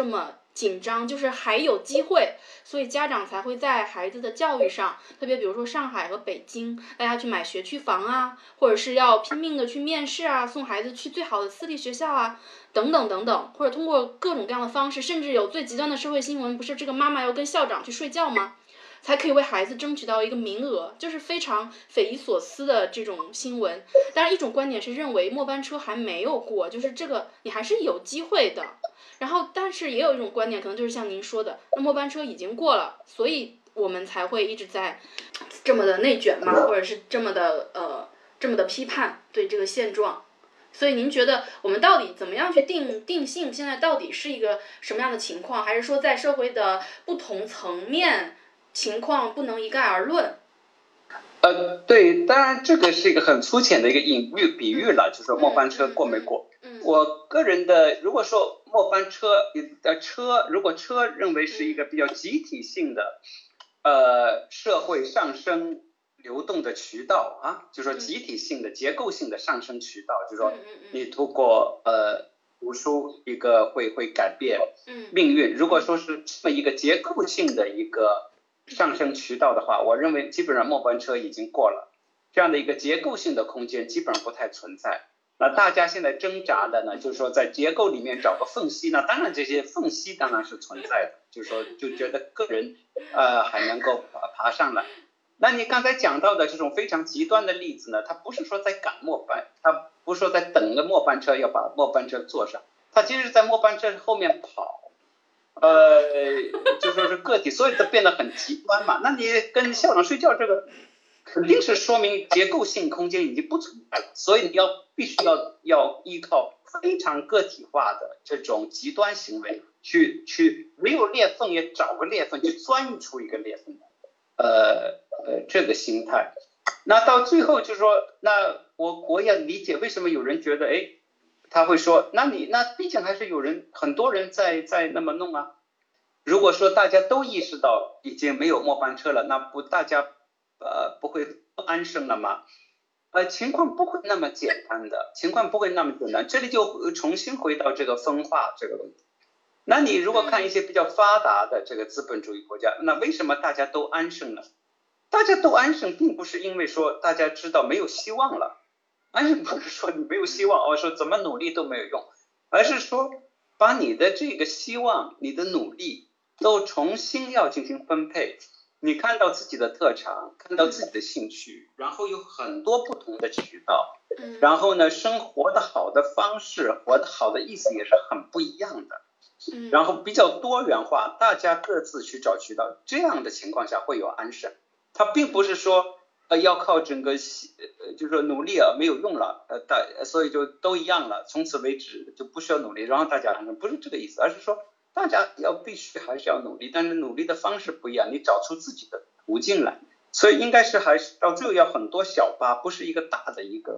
紧张，就是还有机会，所以家长才会在孩子的教育上，特别比如说上海和北京，大家去买学区房啊，或者是要拼命的去面试啊，送孩子去最好的私立学校啊，等等等等，或者通过各种各样的方式，甚至有最极端的社会新闻，不是这个妈妈要跟校长去睡觉吗？才可以为孩子争取到一个名额，就是非常匪夷所思的这种新闻。当然，一种观点是认为末班车还没有过，就是这个你还是有机会的。然后，但是也有一种观点，可能就是像您说的，那末班车已经过了，所以我们才会一直在这么的内卷嘛，或者是这么的批判对这个现状。所以您觉得我们到底怎么样去定性现在到底是一个什么样的情况，还是说在社会的不同层面情况不能一概而论？ 对，当然这个是一个很粗浅的一个隐喻比喻了，就是说末班车过没过。我个人的，如果说末班车如果车认为是一个比较集体性的社会上升流动的渠道啊，就是说集体性的结构性的上升渠道，就是说你通过读书一个会改变命运。如果说是这么一个结构性的一个上升渠道的话，我认为基本上末班车已经过了，这样的一个结构性的空间基本上不太存在。那大家现在挣扎的呢，就是说在结构里面找个缝隙呢，当然这些缝隙当然是存在的，就是说就觉得个人还能够爬上来。那你刚才讲到的这种非常极端的例子呢，它不是说在赶末班，它不是说在等着末班车要把末班车坐上，它其实是在末班车后面跑，就说是个体，所以它变得很极端嘛。那你跟校长睡觉这个，肯定是说明结构性空间已经不存在了，所以你必须要依靠非常个体化的这种极端行为，去没有裂缝也找个裂缝，去钻出一个裂缝，这个心态。那到最后就是说，那我也理解为什么有人觉得，他会说，那毕竟还是很多人在那么弄啊。如果说大家都意识到已经没有末班车了，那大家不会不安生了吗？情况不会那么简单的，这里就重新回到这个分化这个问题。那你如果看一些比较发达的这个资本主义国家，那为什么大家都安生呢？大家都安生并不是因为说大家知道没有希望了，安生不是说你没有希望，说怎么努力都没有用，而是说把你的这个希望，你的努力都重新要进行分配。你看到自己的特长，看到自己的兴趣，然后有很多不同的渠道，然后呢，生活的好的方式，活得好的意思也是很不一样的，然后比较多元化，大家各自去找渠道，这样的情况下会有安生。它并不是说要靠整个就是说努力没有用了，所以就都一样了，从此为止就不需要努力，然后大家安生，不是这个意思，而是说大家必须还是要努力，但是努力的方式不一样，你找出自己的途径来，所以应该是还是到最后要很多小巴，不是一个大的一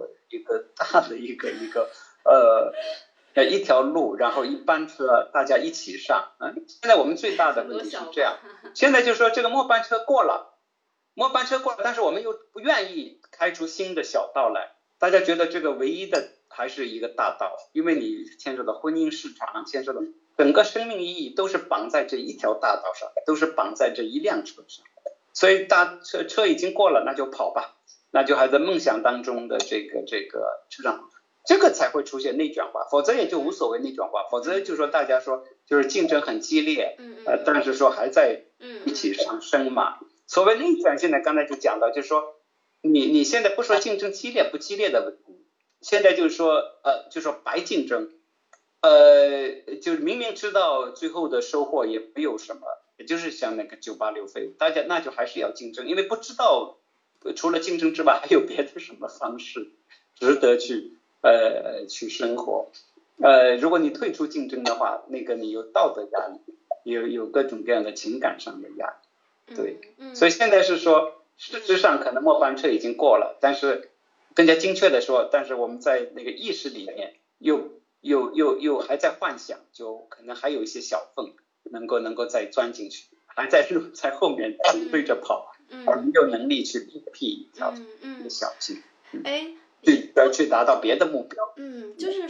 条路，然后一班车大家一起上。现在我们最大的问题是这样，现在就说这个末班车过了，但是我们又不愿意开出新的小道来，大家觉得这个唯一的还是一个大道，因为你牵涉到婚姻市场，牵涉到整个生命意义都是绑在这一条大道上，都是绑在这一辆车上，所以车已经过了，那就跑吧，那就还在梦想当中的这个车上，这个才会出现内卷化，否则也就无所谓内卷化，否则就说大家说就是竞争很激烈，但是说还在一起上升嘛。所谓内卷，现在刚才就讲到，就是说你现在不说竞争激烈不激烈的问题，现在就是说白竞争，就是明明知道最后的收获也没有什么，也就是像那个986飞，大家那就还是要竞争，因为不知道除了竞争之外还有别的什么方式值得去生活。如果你退出竞争的话，那个你有道德压力，有各种各样的情感上的压力。对，所以现在是说，事实上可能末班车已经过了，但是更加精确的说，但是我们在那个意识里面又还在幻想，就可能还有一些小缝能够再钻进去，还在后面追着跑，而没有能力去辟一条小径，去达到别的目标。 就是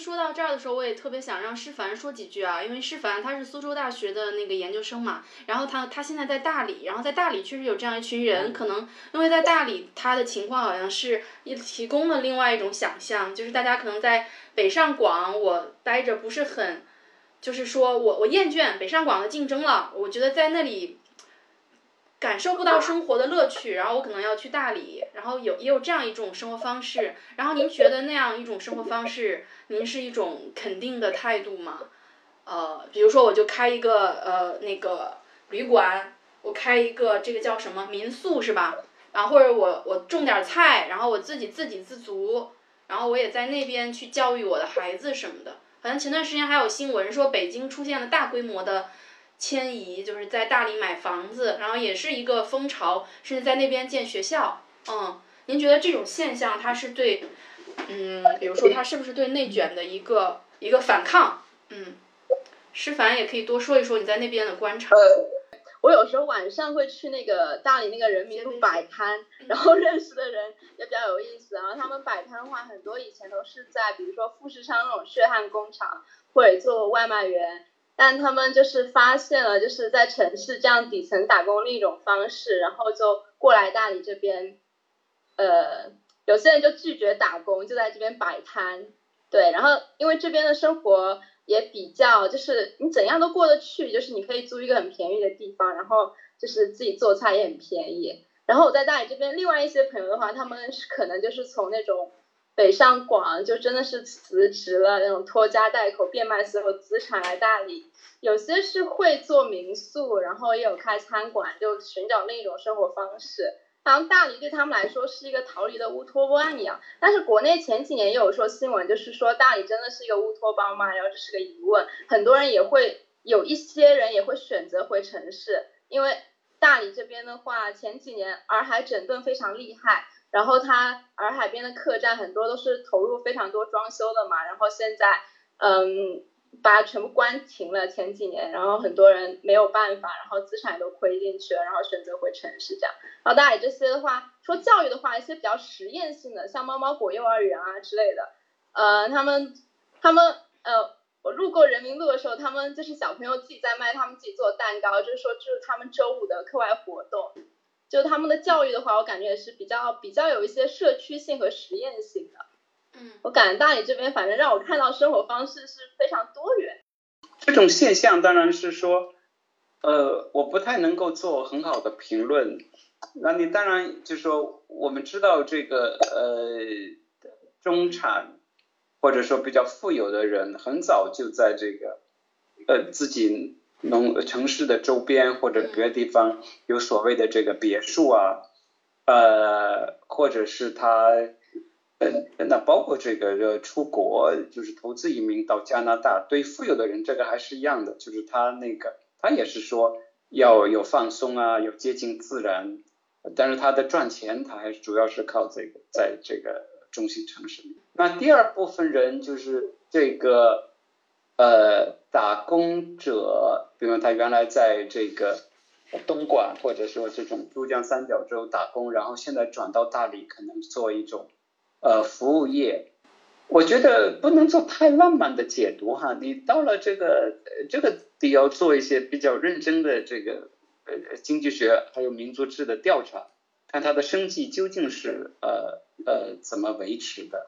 说到这儿的时候，我也特别想让施凡说几句啊，因为施凡他是苏州大学的那个研究生嘛，然后他现在在大理，然后在大理确实有这样一群人，可能因为在大理他的情况好像是也提供了另外一种想象，就是大家可能在北上广我待着不是很，就是说我厌倦北上广的竞争了，我觉得在那里感受不到生活的乐趣，然后我可能要去大理，然后也有这样一种生活方式。然后您觉得那样一种生活方式，您是一种肯定的态度吗？比如说我就开一个那个旅馆，我开一个这个叫什么民宿是吧？然后或者我种点菜，然后我自给自足，然后我也在那边去教育我的孩子什么的。好像前段时间还有新闻说北京出现了大规模的迁移，就是在大理买房子，然后也是一个风潮，甚至在那边建学校。您觉得这种现象它是对，比如说它是不是对内卷的一个反抗？施凡也可以多说一说你在那边的观察。 我有时候晚上会去那个大理那个人民路摆摊，然后认识的人也比较有意思。然后他们摆摊的话，很多以前都是在比如说富士康那种血汗工厂或者做外卖员，但他们就是发现了就是在城市这样底层打工另一种方式，然后就过来大理这边，有些人就拒绝打工，就在这边摆摊。对，然后因为这边的生活也比较就是你怎样都过得去，就是你可以租一个很便宜的地方，然后就是自己做菜也很便宜。然后我在大理这边另外一些朋友的话，他们可能就是从那种北上广就真的是辞职了，那种拖家带口变卖所有资产来大理，有些是会做民宿，然后也有开餐馆，就寻找另一种生活方式。好像大理对他们来说是一个逃离的乌托邦一样，但是国内前几年也有说新闻，就是说大理真的是一个乌托邦吗？然后这是个疑问，很多人也会有一些人也会选择回城市，因为大理这边的话，前几年洱海整顿非常厉害，然后它洱海边的客栈很多都是投入非常多装修的嘛，然后现在把它全部关停了前几年，然后很多人没有办法，然后资产都亏进去了，然后选择回城市这样。然后大理这些的话，说教育的话，一些比较实验性的，像猫猫果幼儿园啊之类的，他们我路过人民路的时候，他们就是小朋友自己在卖他们自己做的蛋糕，就是说这是他们周五的课外活动。就他们的教育的话，我感觉也是比较有一些社区性和实验性的。我感觉大理这边反正让我看到生活方式是非常多元。 这种现象当然是说，我不太能够做很好的评论。那你当然就是说，我们知道这个中产或者说比较富有的人，很早就在这个自己城市的周边或者别的地方有所谓的这个别墅啊，或者是他那包括这个出国就是投资移民到加拿大，对富有的人这个还是一样的，就是他也是说要有放松啊，有接近自然，但是他的赚钱他还主要是靠这个在这个中心城市里。那第二部分人就是这个打工者，比如他原来在这个东莞或者说这种珠江三角洲打工，然后现在转到大理，可能做一种服务业。我觉得不能做太浪漫的解读哈，你到了这个得要做一些比较认真的这个经济学还有民族志的调查，看他的生计究竟是怎么维持的。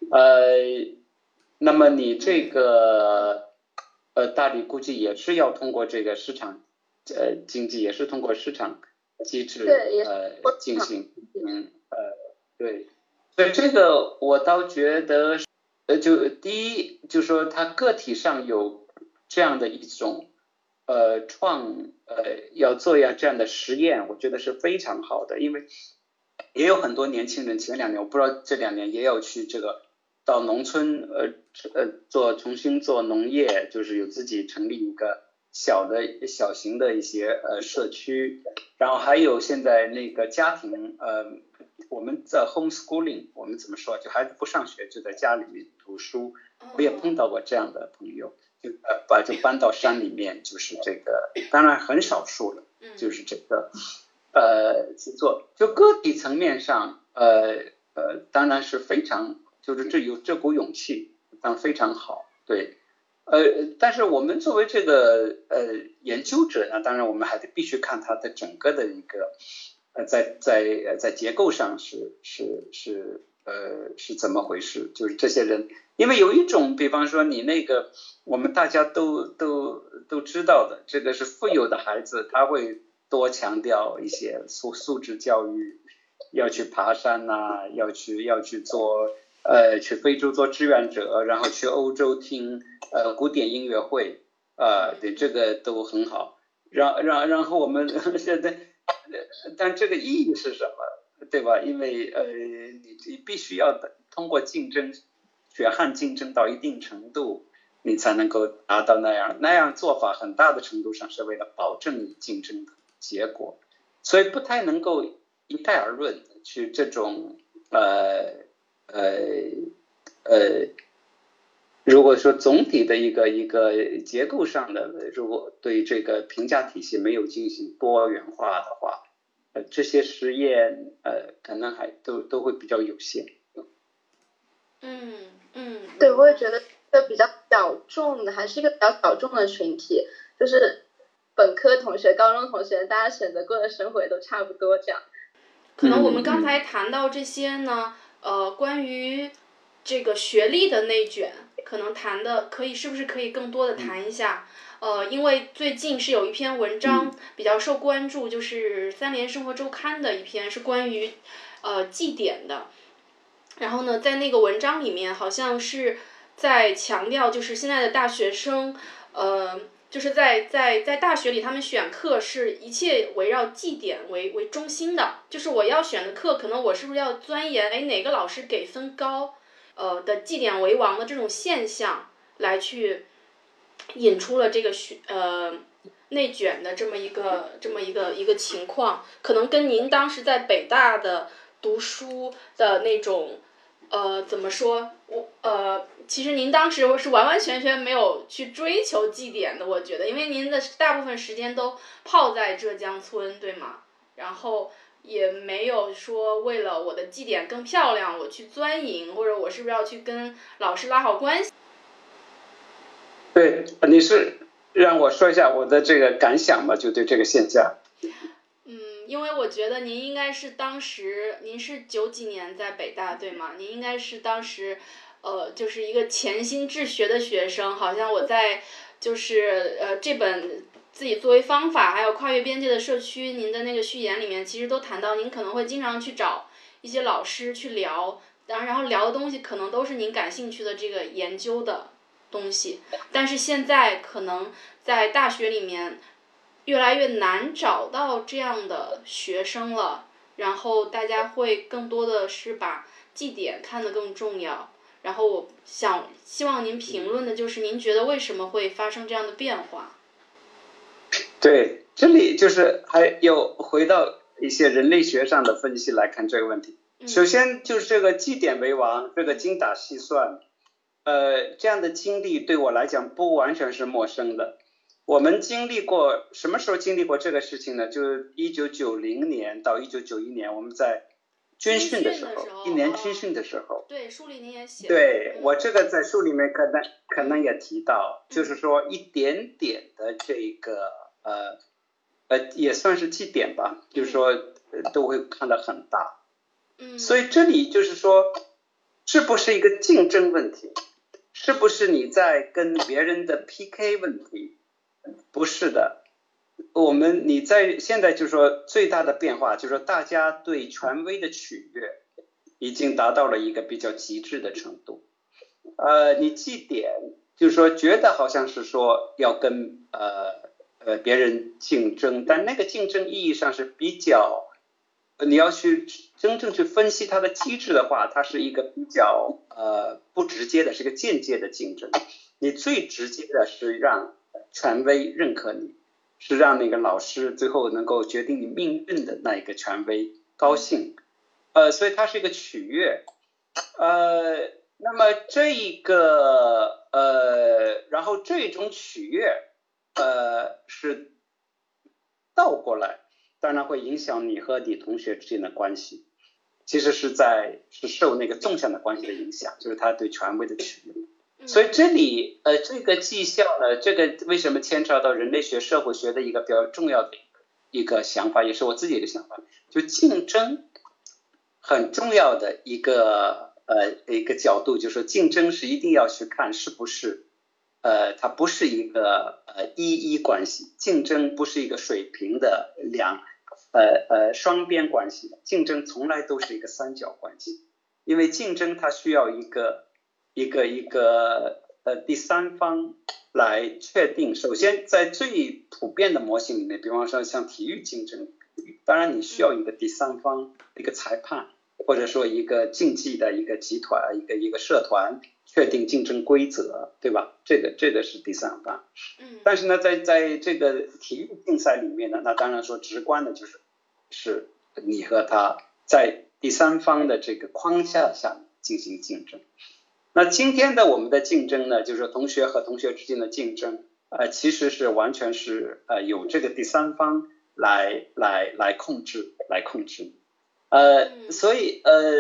那么你这个大理估计也是要通过这个市场经济，也是通过市场机制进行对，所以这个我倒觉得就第一就是说他个体上有这样的一种要做这样的实验，我觉得是非常好的，因为也有很多年轻人前2年，我不知道这2年也要去这个到农村重新做农业，就是有自己成立一个小型的一些社区，然后还有现在那个家庭我们在 homeschooling， 我们怎么说，就孩子不上学就在家里面读书，我也碰到过这样的朋友，就搬到山里面，就是这个当然很少数了，就是这个去做，就个体层面上当然是非常就是有这股勇气非常好，对。但是我们作为这个研究者呢，当然我们还得必须看它的整个的一个在结构上是怎么回事，就是这些人，因为有一种，比方说你那个我们大家都知道的，这个是富有的孩子，他会多强调一些素质教育，要去爬山呐，要去做去非洲做志愿者，然后去欧洲听古典音乐会，对，这个都很好。然后我们现在，但这个意义是什么，对吧？因为你必须要通过竞争，血汗竞争到一定程度，你才能够达到那样做法，很大的程度上是为了保证你竞争的结果，所以不太能够一概而论去这种如果说总体的一个结构上的，如果对这个评价体系没有进行多元化的话，这些实验可能还都会比较有限。 对，我也觉得这比较小众的，还是一个比较小众的群体，就是本科同学、高中同学，大家选择过的生活也都差不多这样。 可能我们刚才谈到这些呢，关于这个学历的内卷，可能谈的是不是可以更多的谈一下？因为最近是有一篇文章比较受关注，就是三联生活周刊的一篇，是关于绩点的。然后呢，在那个文章里面，好像是在强调，就是现在的大学生，就是在大学里，他们选课是一切围绕绩点为中心的，就是我要选的课，可能我是不是要钻研，哪个老师给分高，的绩点为王的这种现象，来去引出了这个内卷的这么一个情况，可能跟您当时在北大的读书的那种怎么说，其实您当时是完完全全没有去追求绩点的，我觉得，因为您的大部分时间都泡在浙江村，对吗？然后也没有说为了我的绩点更漂亮，我去钻营，或者我是不是要去跟老师拉好关系？ 对，你是让我说一下我的这个感想吧，就对这个现象。 因为我觉得您应该是当时，您是90几年在北大对吗？您应该是当时，就是一个潜心治学的学生。好像我在就是这本自己作为方法，还有跨越边界的社区，您的那个序言里面其实都谈到，您可能会经常去找一些老师去聊，然后聊的东西可能都是您感兴趣的这个研究的东西。但是现在可能在大学里面越来越难找到这样的学生了，然后大家会更多的是把绩点看得更重要。然后我希望您评论的就是您觉得为什么会发生这样的变化？ 对，这里就是还有回到一些人类学上的分析来看这个问题。首先就是这个绩点为王，这个精打细算，这样的经历对我来讲不完全是陌生的。我们经历过什么时候经历过这个事情呢？就是1990年到1991年，我们在军训的时候，一年军训的时候。 对，书里您也写。 对，我这个在书里面可能也提到，就是说一点点的这个也算是绩点吧，就是说都会看得很大。所以这里就是说，是不是一个竞争问题？是不是你在跟别人的 PK 问题？不是的，你在现在就是说最大的变化就是说大家对权威的取悦已经达到了一个比较极致的程度。你绩点就是说觉得好像是说要跟别人竞争，但那个竞争意义上是比较，你要去真正去分析它的机制的话，它是一个比较不直接的，是一个间接的竞争。你最直接的是让权威认可你，是让那个老师最后能够决定你命运的那一个权威高兴，所以它是一个取悦，那么这一个然后这种取悦是倒过来，当然会影响你和你同学之间的关系，其实是受那个纵向的关系的影响，就是他对权威的取悦。 所以这里这个绩效呢，这个为什么牵扯到人类学、社会学的一个比较重要的一个想法，也是我自己的想法，就竞争很重要的一个角度，就是竞争是一定要去看是不是它不是一个一关系，竞争不是一个水平的双边关系，竞争从来都是一个三角关系，因为竞争它需要一个第三方来确定。首先在最普遍的模型里面，比方说像体育竞争，当然你需要一个第三方，一个裁判，或者说一个竞技的一个集团，一个社团确定竞争规则，对吧？这个是第三方。但是呢，在这个体育竞赛里面呢，那当然说直观的是你和他在第三方的这个框架下进行竞争。那今天的我们的竞争呢，就是说同学和同学之间的竞争，其实是完全是有这个第三方来控制。所以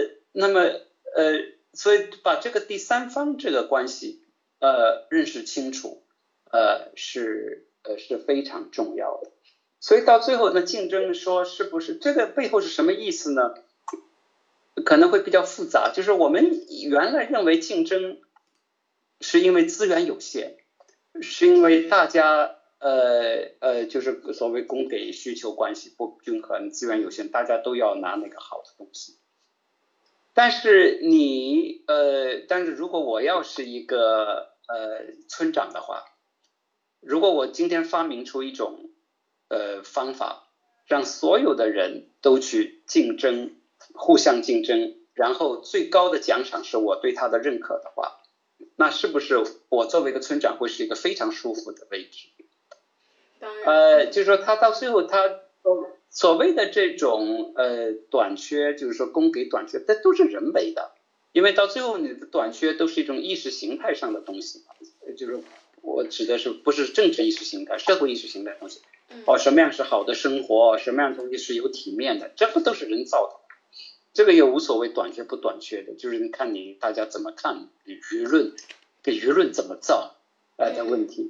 所以把这个第三方这个关系认识清楚，是非常重要的。所以到最后呢，竞争说是不是这个背后是什么意思呢？可能会比较复杂，就是我们原来认为竞争是因为资源有限，是因为大家就是所谓供给需求关系不均衡，资源有限，大家都要拿那个好的东西。但是如果我要是一个村长的话，如果我今天发明出一种方法，让所有的人都去竞争，互相竞争，然后最高的奖赏是我对他的认可的话，那是不是我作为一个村长会是一个非常舒服的位置？就是说他到最后他所谓的这种短缺，就是说供给短缺，这都是人为的，因为到最后你的短缺都是一种意识形态上的东西，就是我指的是不是政治意识形态、社会意识形态的东西。什么样是好的生活，什么样的东西是有体面的，这不都是人造的？这个也无所谓短缺不短缺的，就是看大家怎么看舆论怎么造的问题。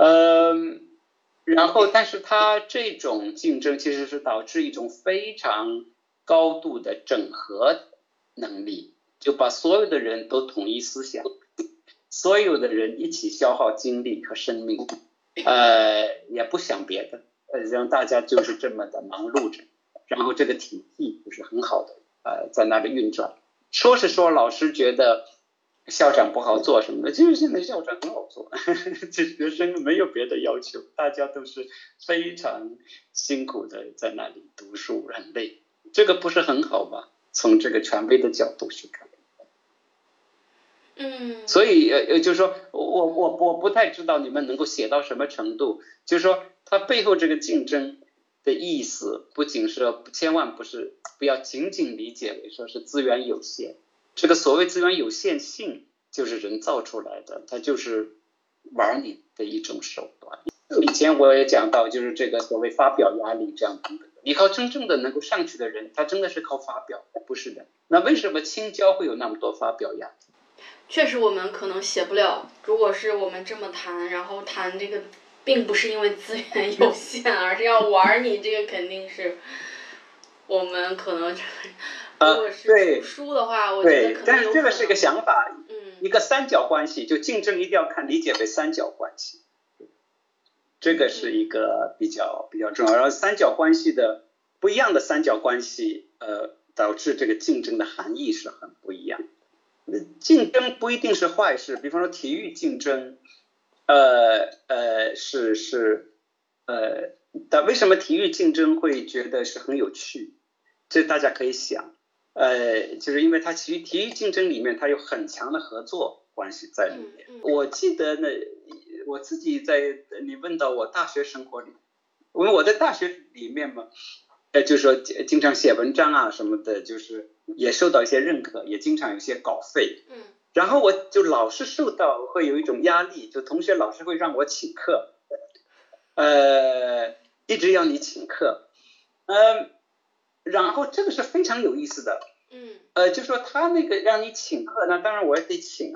然后但是它这种竞争其实是导致一种非常高度的整合能力，就把所有的人都统一思想，所有的人一起消耗精力和生命，也不想别的，让大家就是这么的忙碌着，然后这个体系就是很好的在那里运转。说是说老师觉得校长不好做什么的，其实现在校长很好做，这学生没有别的要求，大家都是非常辛苦的在那里读书，很累，这个不是很好吗？从这个权威的角度去看。所以就是说我不太知道你们能够写到什么程度，就是说它背后这个竞争的意思，不仅是千万不要仅仅理解为说是资源有限，这个所谓资源有限性就是人造出来的，它就是玩你的一种手段。以前我也讲到，就是这个所谓发表压力这样的，你靠真正的能够上去的人，他真的是靠发表，不是的。那为什么青椒会有那么多发表压力？ 确实我们可能写不了，如果是我们这么谈，然后谈这个并不是因为资源有限，而是要玩你，这个肯定是我们可能如果是出书的话，我觉得可能但是这个是一个想法，一个三角关系，就竞争一定要理解为三角关系，这个是一个比较重要。然后三角关系的不一样的三角关系，导致这个竞争的含义是很不一样。竞争不一定是坏事，比方说体育竞争，但为什么体育竞争会觉得是很有趣？这大家可以想，就是因为它体育竞争里面它有很强的合作关系在里面。我记得呢，我自己你问到我大学生活里，因为我在大学里面嘛，就是说经常写文章啊什么的，就是也受到一些认可，也经常有些稿费。然后我就老是会有一种压力，就同学老师会让我请客，一直要你请客，然后这个是非常有意思的，就说他那个让你请客，那当然我也得请啊，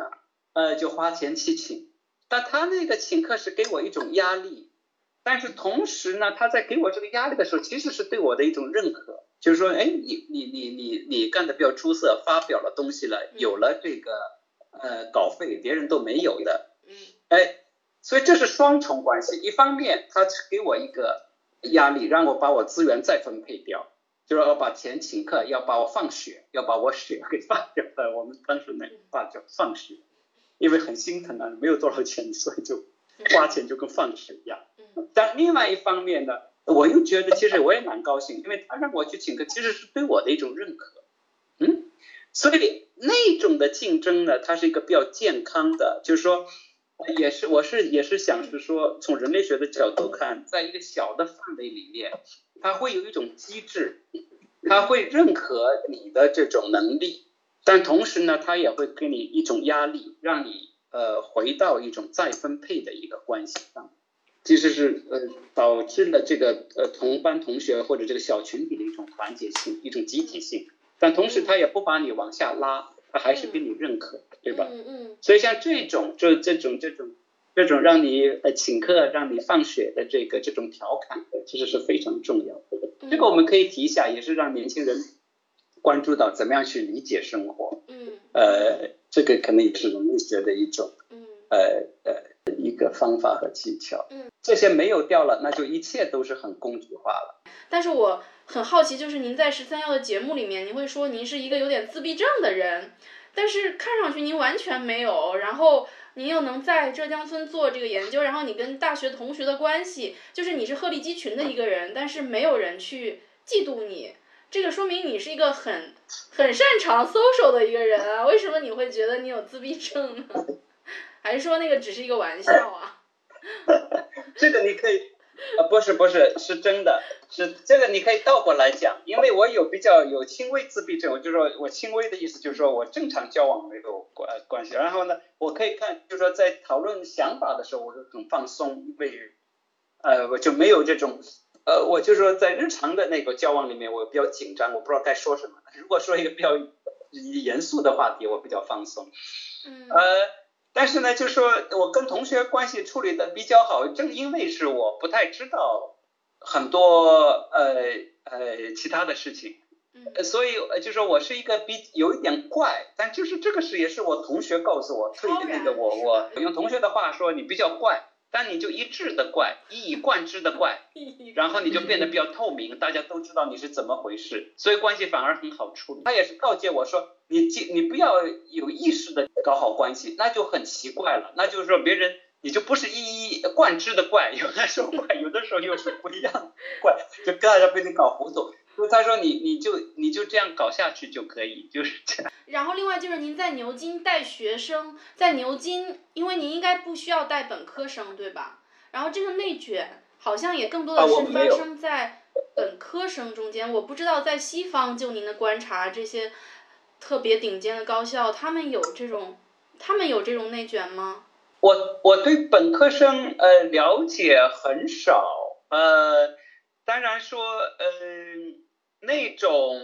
就花钱去请，但他那个请客是给我一种压力，但是同时呢，他在给我这个压力的时候，其实是对我的一种认可，就是说，哎，你干得比较出色，发表了东西了，有了这个稿费，别人都没有的，哎，所以这是双重关系，一方面他给我一个压力，让我把我资源再分配掉。就是要把钱请客，要把我放血，要把我血给放掉了。我们当时那话叫放血，因为很心疼啊，没有多少钱，所以就花钱就跟放血一样。但另外一方面呢，我又觉得其实我也蛮高兴，因为他让我去请客，其实是对我的一种认可。所以那种的竞争呢，它是一个比较健康的，就是说，我也是想是说，从人类学的角度看，在一个小的范围里面。它会有一种机制，它会认可你的这种能力，但同时呢，它也会给你一种压力，让你回到一种再分配的一个关系上，其实是导致了这个同班同学或者这个小群体的一种团结性，一种集体性，但同时它也不把你往下拉，它还是给你认可，对吧？所以像这种让你请客、让你放血的这种调侃，其实是非常重要的。这个我们可以提一下，也是让年轻人关注到怎么样去理解生活。这个可能也是人类学的一种一个方法和技巧。这些没有掉了，那就一切都是很工具化了。 但是我很好奇，就是您在13要的节目里面，您会说您是一个有点自闭症的人，但是看上去您完全没有，然后您又能在浙江村做这个研究，然后你跟大学同学的关系，就是你是鹤立鸡群的一个人，但是没有人去嫉妒你，这个说明你是一个很擅长 social 的一个人啊，为什么你会觉得你有自闭症呢？还是说那个只是一个玩笑啊？ 这个你可以不是，是真的，是这个你可以倒过来讲，因为我比较有轻微自闭症，我就说我轻微的意思就是说我正常交往没有关系，然后呢，我可以看就是说在讨论想法的时候我就很放松，因为我就没有这种我就说在日常的那个交往里面我比较紧张，我不知道该说什么，如果说一个比较严肃的话题我比较放松。但是呢，就是说我跟同学关系处理的比较好，正因为是我不太知道很多其他的事情，所以就说我是一个有一点怪，但就是这个也是我同学告诉我，对那个我用同学的话说，你比较怪，但你就一致的怪，一以贯之的怪，然后你就变得比较透明，大家都知道你是怎么回事，所以关系反而很好处理。他也是告诫我说，你不要有意识的搞好关系，那就很奇怪了，那就是说别人你就不是一以贯之的怪，有的时候怪，有的时候又是不一样的怪，就大家被你搞糊涂。所以他说你就这样搞下去就可以，就是这样。 然后另外就是您在牛津带学生，在牛津，因为您应该不需要带本科生，对吧？然后这个内卷好像也更多的是发生在本科生中间。我不知道在西方，就您的观察，这些特别顶尖的高校，他们有这种内卷吗？ 我对本科生了解很少，当然说那种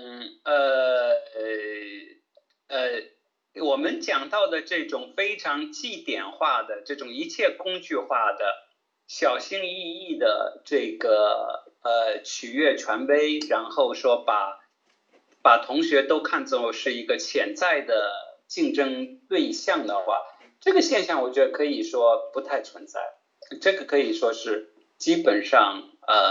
我们讲到的这种非常绩点化的这种一切工具化的小心翼翼的这个取悦权威，然后说把同学都看作是一个潜在的竞争对象的话，这个现象我觉得可以说不太存在，这个可以说是基本上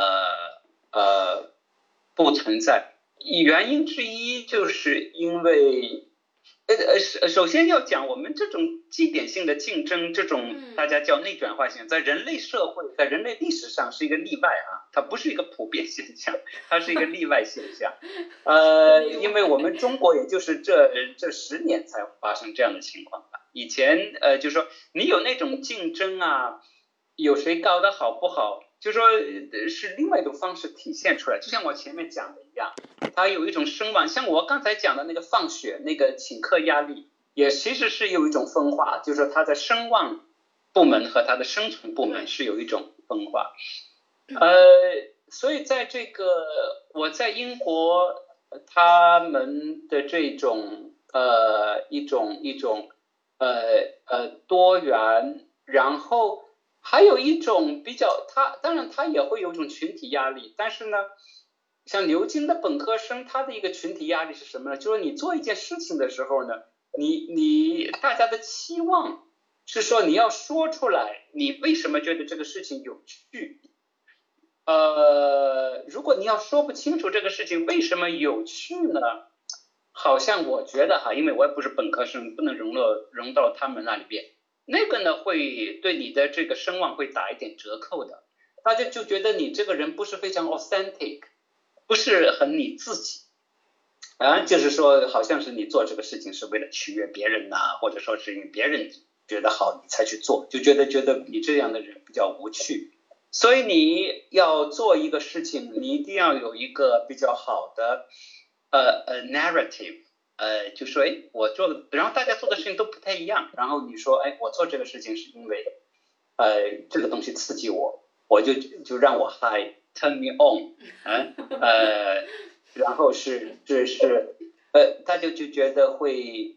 不存在。原因之一就是因为首先要讲我们这种绩点性的竞争，这种大家叫内卷化现象，在人类社会在人类历史上是一个例外啊，它不是一个普遍现象，它是一个例外现象。因为我们中国也就是这10年才发生这样的情况吧，以前就是说你有那种竞争啊，有谁搞得好不好，就说是另外一种方式体现出来，就像我前面讲的一样，它有一种声望，像我刚才讲的那个放血那个请客压力，也其实是有一种分化，就是说它的声望部门和它的生存部门是有一种分化。所以在这个我在英国他们的这种一种多元，然后还有一种比较，当然他也会有一种群体压力，但是呢，像牛津的本科生，他的一个群体压力是什么呢？就是你做一件事情的时候呢，大家的期望是说你要说出来，你为什么觉得这个事情有趣。如果你要说不清楚这个事情为什么有趣呢？好像我觉得因为我也不是本科生，不能融到他们那里边，那个呢会对你的这个声望会打一点折扣的，大家就觉得你这个人不是非常 authentic， 不是很你自己就是说好像是你做这个事情是为了取悦别人或者说是因为别人觉得好你才去做，就觉得你这样的人比较无趣。所以你要做一个事情，你一定要有一个比较好的narrative， 就说我做的，然后大家做的事情都不太一样，然后你说我做这个事情是因为这个东西刺激我就让我 high，turn me on， 然后是大家就觉得会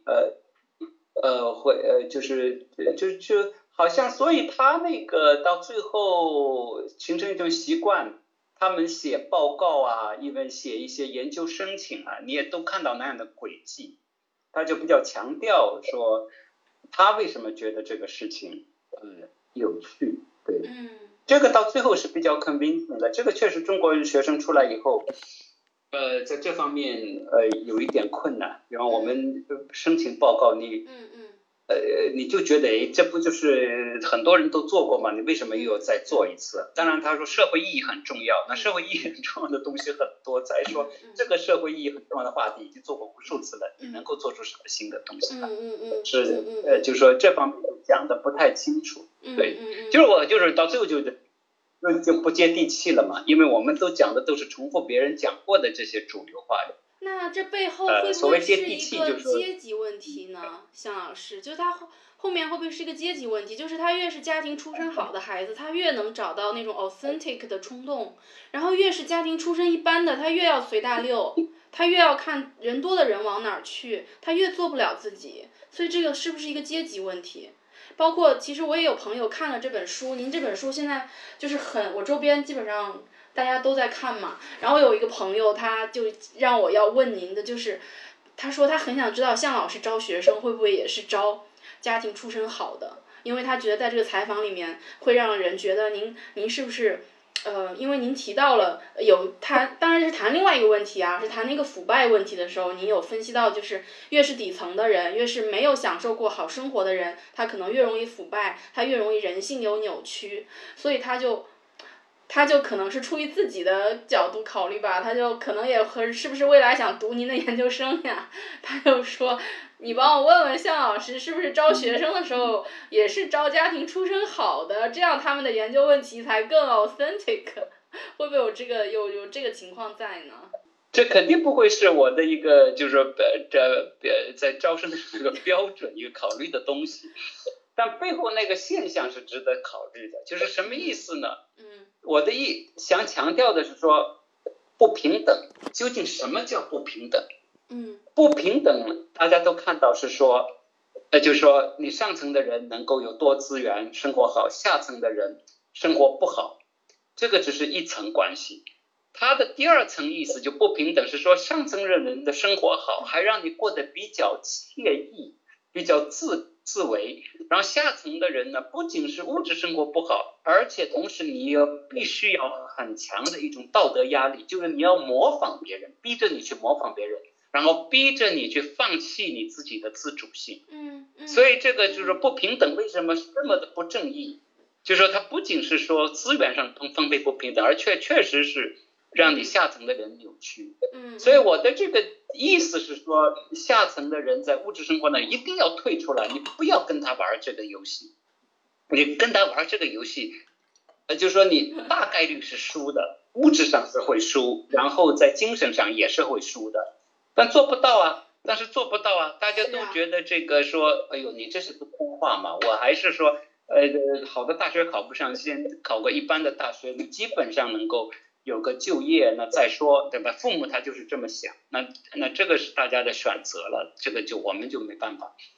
就好像，所以他那个到最后形成一种习惯，他们写报告因为写一些研究申请你也都看到那样的轨迹，他就比较强调说他为什么觉得这个事情有趣，对，这个到最后是比较 convincing 的，这个确实中国学生出来以后在这方面有一点困难，然后我们申请报告你就觉得这不就是很多人都做过吗？你为什么又要再做一次？当然他说社会意义很重要，那社会意义很重要的东西很多，再说这个社会意义很重要的话题已经做过无数次了，你能够做出什么新的东西来？就是说这方面讲的不太清楚，对，就是到最后就不接地气了嘛，因为我们都讲的都是重复别人讲过的这些主流话的。 那这背后会不会是一个阶级问题呢？向老师，就是他后面会不会是一个阶级问题？就是他越是家庭出身好的孩子，他越能找到那种 authentic 的冲动，然后越是家庭出身一般的，他越要随大溜，他越要看人多的人往哪儿去，他越做不了自己。所以这个是不是一个阶级问题？包括其实我也有朋友看了这本书，您这本书现在就是我周边基本上大家都在看嘛，然后有一个朋友他就让我要问您的，就是他说他很想知道向老师招学生会不会也是招家庭出身好的，因为他觉得在这个采访里面会让人觉得您是不是因为您提到了当然是谈另外一个问题是谈那个腐败问题的时候，您有分析到就是越是底层的人，越是没有享受过好生活的人，他可能越容易腐败，他越容易人性有扭曲，所以他就可能是出于自己的角度考虑吧，他就可能也是不是未来想读您的研究生呀？他就说，你帮我问问向老师，是不是招学生的时候也是招家庭出身好的，这样他们的研究问题才更 authentic， 会不会有这个情况在呢？ 这肯定不会是我的一个就是说在招生的这个标准一个考虑的东西，但背后那个现象是值得考虑的，就是什么意思呢？我的想强调的是说不平等，究竟什么叫不平等？不平等大家都看到是说就是说你上层的人能够有多资源生活好，下层的人生活不好，这个只是一层关系。它的第二层意思就不平等是说上层的人的生活好，还让你过得比较惬意，比较自为，然后下层的人呢，不仅是物质生活不好，而且同时你必须要很强的一种道德压力，就是你要模仿别人，逼着你去模仿别人，然后逼着你去放弃你自己的自主性。所以这个就是不平等为什么这么的不正义，就是说它不仅是说资源上分配不平等，而确实是让你下层的人扭曲。所以我的这个意思是说，下层的人在物质生活呢一定要退出来，你不要跟他玩这个游戏。你跟他玩这个游戏就是说你大概率是输的，物质上是会输，然后在精神上也是会输的，但做不到大家都觉得这个说哎呦你这是个空话嘛，我还是说好的大学考不上，先考个一般的大学，你基本上能够有个就业，那再说，对吧？父母他就是这么想，那这个是大家的选择了，这个我们就没办法。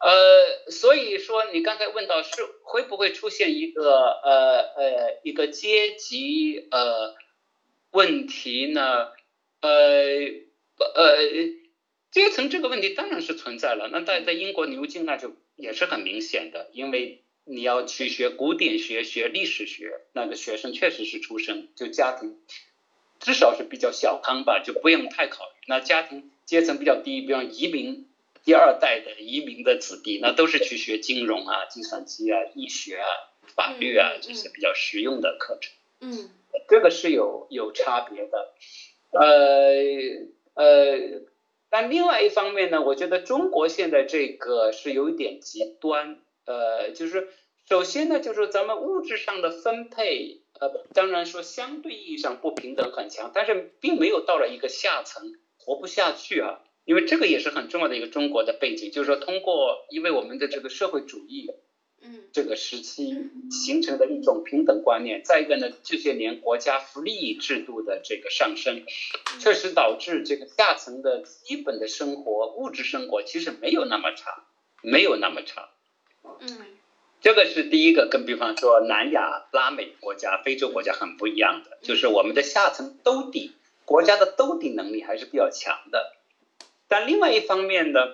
所以说你刚才问到是会不会出现一个阶级问题呢？阶层这个问题当然是存在了。那在英国牛津那就也是很明显的，因为你要去学古典学、学历史学，那个学生确实是出身就家庭至少是比较小康吧，就不用太考虑。那家庭阶层比较低，比方移民第二代的移民的子弟，那都是去学金融啊、计算机啊、医学啊、法律啊这些比较实用的课程。这个是有差别的。但另外一方面呢，我觉得中国现在这个是有一点极端。就是首先呢，就是咱们物质上的分配，当然说相对意义上不平等很强，但是并没有到了一个下层活不下去啊。因为这个也是很重要的一个中国的背景，就是说通过因为我们的这个社会主义这个时期形成的一种平等观念，再一个呢，这些年国家福利制度的这个上升，确实导致这个下层的基本的生活物质生活其实没有那么差。这个是第一个，跟比方说南亚、拉美国家、非洲国家很不一样的，就是我们的下层兜底，国家的兜底能力还是比较强的。但另外一方面呢，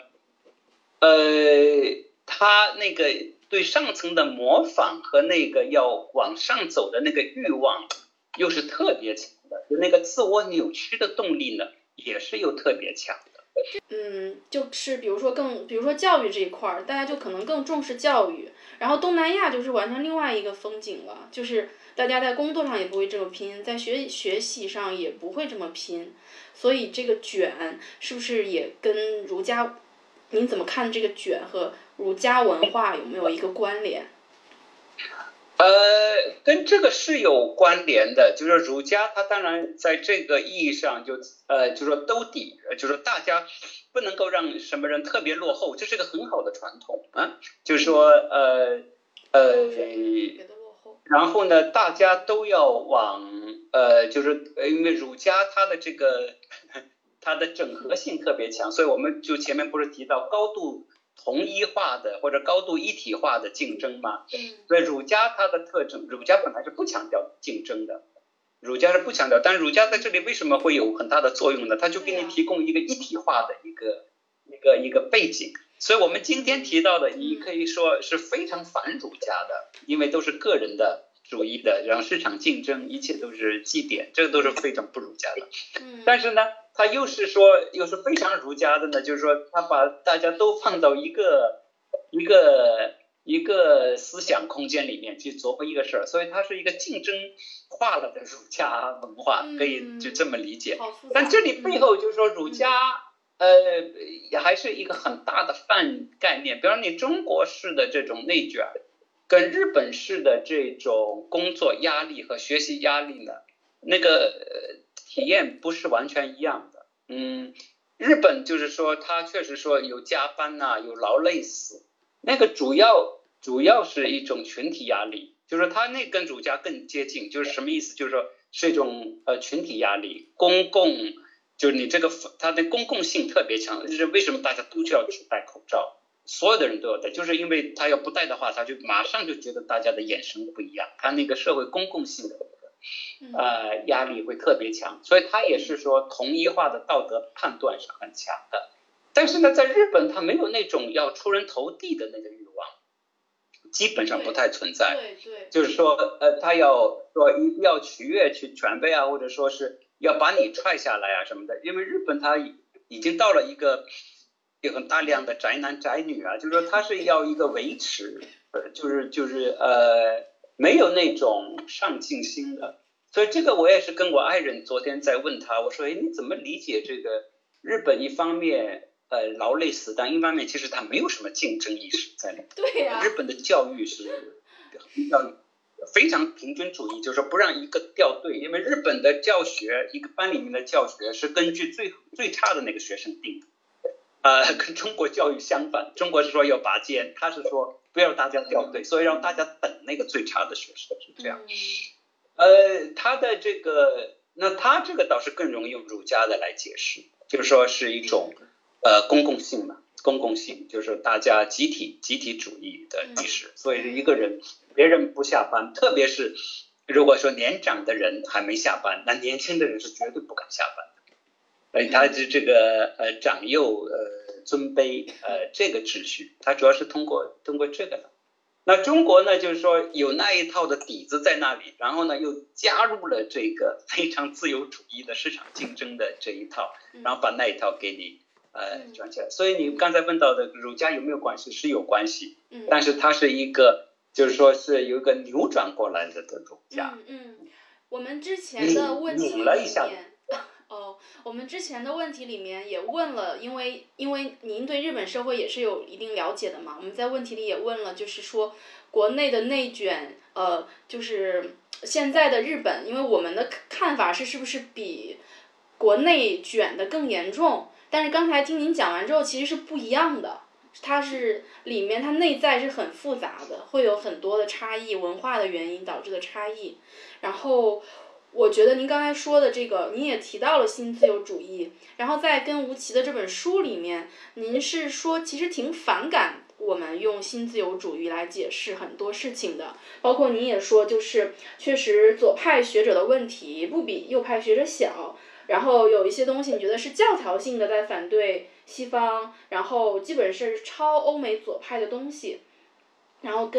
他那个对上层的模仿和那个要往上走的那个欲望又是特别强的，就那个自我扭曲的动力呢也是又特别强的。 就是比如说教育这一块，大家就可能更重视教育，然后东南亚就是完全另外一个风景了，就是大家在工作上也不会这么拼，在学习上也不会这么拼，所以这个卷是不是也跟儒家，您怎么看这个卷和儒家文化有没有一个关联？ 跟这个是有关联的，就是儒家它当然在这个意义上就是说兜底，就是说大家不能够让什么人特别落后，这是个很好的传统啊，就是说然后呢大家都要往就是因为儒家它的这个它的整合性特别强，所以我们就前面不是提到高度统一化的或者高度一体化的竞争吗？所以儒家它的特征，儒家本来是不强调竞争的，儒家是不强调，但儒家在这里为什么会有很大的作用呢？它就给你提供一个一体化的一个背景。所以我们今天提到的，你可以说是非常反儒家的，因为都是个人的主义的，然后市场竞争，一切都是绩点，这个都是非常不儒家的。但是呢，他又是非常儒家的呢，就是说他把大家都放到一个思想空间里面去琢磨一个事儿，所以它是一个竞争化了的儒家文化，可以就这么理解。但这里背后就是说儒家也还是一个很大的泛概念，比方你中国式的这种内卷跟日本式的这种工作压力和学习压力呢，那个体验不是完全一样的。日本就是说他确实说有加班啊，有劳累死，那个主要是一种群体压力，就是说他那跟儒家更接近，就是什么意思，就是说是一种群体压力，公共就是你这个它的公共性特别强，就是为什么大家都需要去戴口罩，所有的人都要戴，就是因为他要不戴的话，他就马上就觉得大家的眼神不一样，他那个社会公共性的压力会特别强，所以他也是说统一化的道德判断是很强的。但是呢，在日本他没有那种要出人头地的那个欲望，基本上不太存在。 对， 就是说他要说一定要取悦去权威啊，或者说是要把你踹下来啊什么的，因为日本他已经到了一个有很大量的宅男宅女啊，就是说他是要一个维持，就是没有那种上进心的。所以这个我也是跟我爱人昨天在问他，我说你怎么理解这个日本一方面劳累死，但一方面其实他没有什么竞争意识在里面。 对呀， 日本的教育是非常平均主义，就是不让一个掉队，因为日本的教学一个班里面的教学是根据最差的那个学生定的，跟中国教育相反，中国是说要拔尖，他是说不要大家掉队，所以让大家等那个最差的学生，是这样。他的这个，那他这个倒是更容易用儒家的来解释，就是说是一种公共性嘛， 公共性，就是大家集体主义的意识。所以一个人别人不下班，特别是如果说年长的人还没下班，那年轻的人是绝对不敢下班的。他这个长幼尊卑这个秩序，它主要是通过这个的。那中国呢，就是说有那一套的底子在那里，然后呢又加入了这个非常自由主义的市场竞争的这一套，然后把那一套给你转起来。所以你刚才问到的儒家有没有关系，是有关系，但是它是一个就是说是有一个扭转过来的儒家。 我们之前的问题里了一下面我们之前的问题里面也问了，因为您对日本社会也是有一定了解的嘛，我们在问题里也问了，就是说国内的内卷，就是现在的日本，因为我们的看法是不是比国内卷的更严重？但是刚才听您讲完之后，其实是不一样的，它是里面它内在是很复杂的，会有很多的差异，文化的原因导致的差异，然后。我觉得您刚才说的这个，您也提到了新自由主义，然后在跟吴奇的这本书里面，您是说其实挺反感我们用新自由主义来解释很多事情的，包括您也说，就是确实左派学者的问题不比右派学者小，然后有一些东西你觉得是教条性的在反对西方，然后基本是抄欧美左派的东西，然后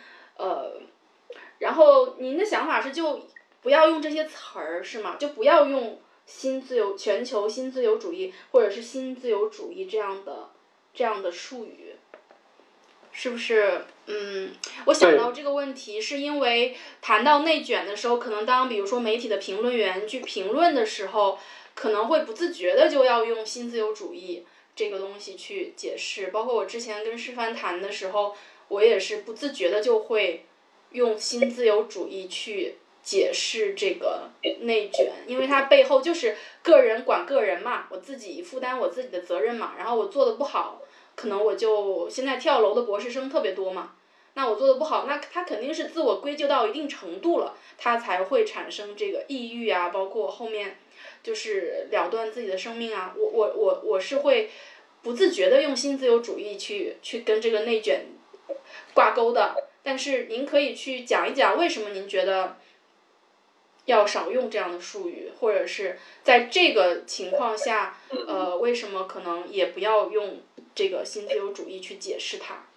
然后您的想法是就不要用这些词儿是吗？就不要用全球新自由主义或者是新自由主义这样的术语，是不是？我想到这个问题是因为谈到内卷的时候，可能当比如说媒体的评论员去评论的时候，可能会不自觉的就要用新自由主义这个东西去解释。包括我之前跟师范谈的时候，我也是不自觉的就会用新自由主义去解释这个内卷，因为它背后就是个人管个人嘛，我自己负担我自己的责任嘛，然后我做的不好，可能我就现在跳楼的博士生特别多嘛，那我做的不好，那他肯定是自我归咎到一定程度了，他才会产生这个抑郁啊，包括后面就是了断自己的生命啊。我是会不自觉的用新自由主义去跟这个内卷挂钩的，但是您可以去讲一讲为什么您觉得要少用这样的术语，或者是在这个情况下，为什么可能也不要用这个新自由主义去解释它？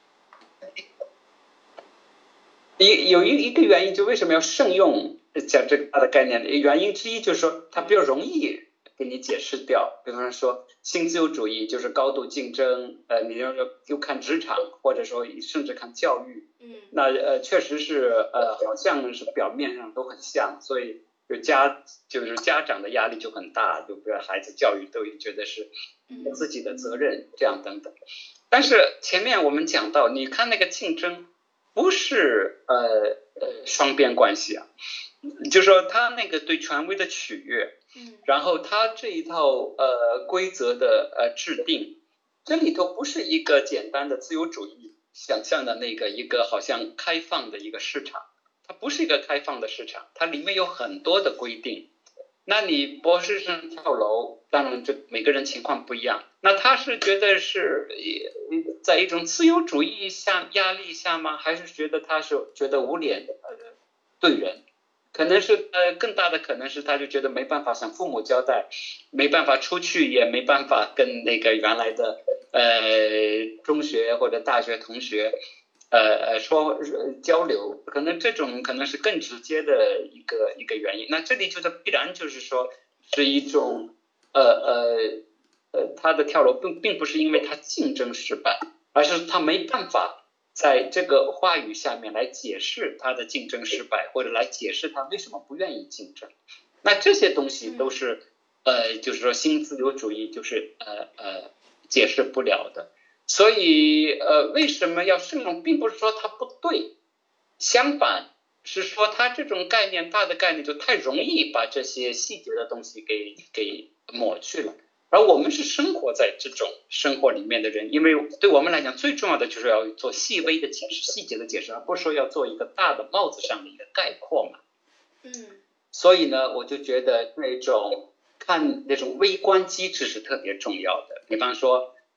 有一个原因，就为什么要慎用讲这个大的概念的原因之一，就是说它比较容易给你解释掉。比方说新自由主义就是高度竞争，你要看职场，或者说甚至看教育，那确实是好像是表面上都很像，所以就是家长的压力就很大，就比如孩子教育都觉得是自己的责任，这样等等。但是前面我们讲到，你看那个竞争不是双边关系啊，就是说他那个对权威的取悦，然后他这一套规则的制定，这里头不是一个简单的自由主义想象的那个一个好像开放的一个市场，它不是一个开放的市场，它里面有很多的规定。那你博士生跳楼，当然这每个人情况不一样，那他是觉得是在一种自由主义下压力下吗？还是觉得他是觉得无脸对人？可能是更大的可能是他就觉得没办法向父母交代，没办法出去，也没办法跟那个原来的中学或者大学同学说交流，可能这种可能是更直接的一个原因。那这里就是必然就是说是一种他的跳楼并不是因为他竞争失败，而是他没办法在这个话语下面来解释他的竞争失败，或者来解释他为什么不愿意竞争。那这些东西都是就是说新自由主义就是解释不了的。所以为什么要慎用，并不是说它不对，相反是说它这种概念大的概念就太容易把这些细节的东西给抹去了。而我们是生活在这种生活里面的人，因为对我们来讲最重要的就是要做细微的解释，细节的解释，而不是说要做一个大的帽子上的一个概括嘛。所以呢，我就觉得那种看那种微观机制是特别重要的。比方说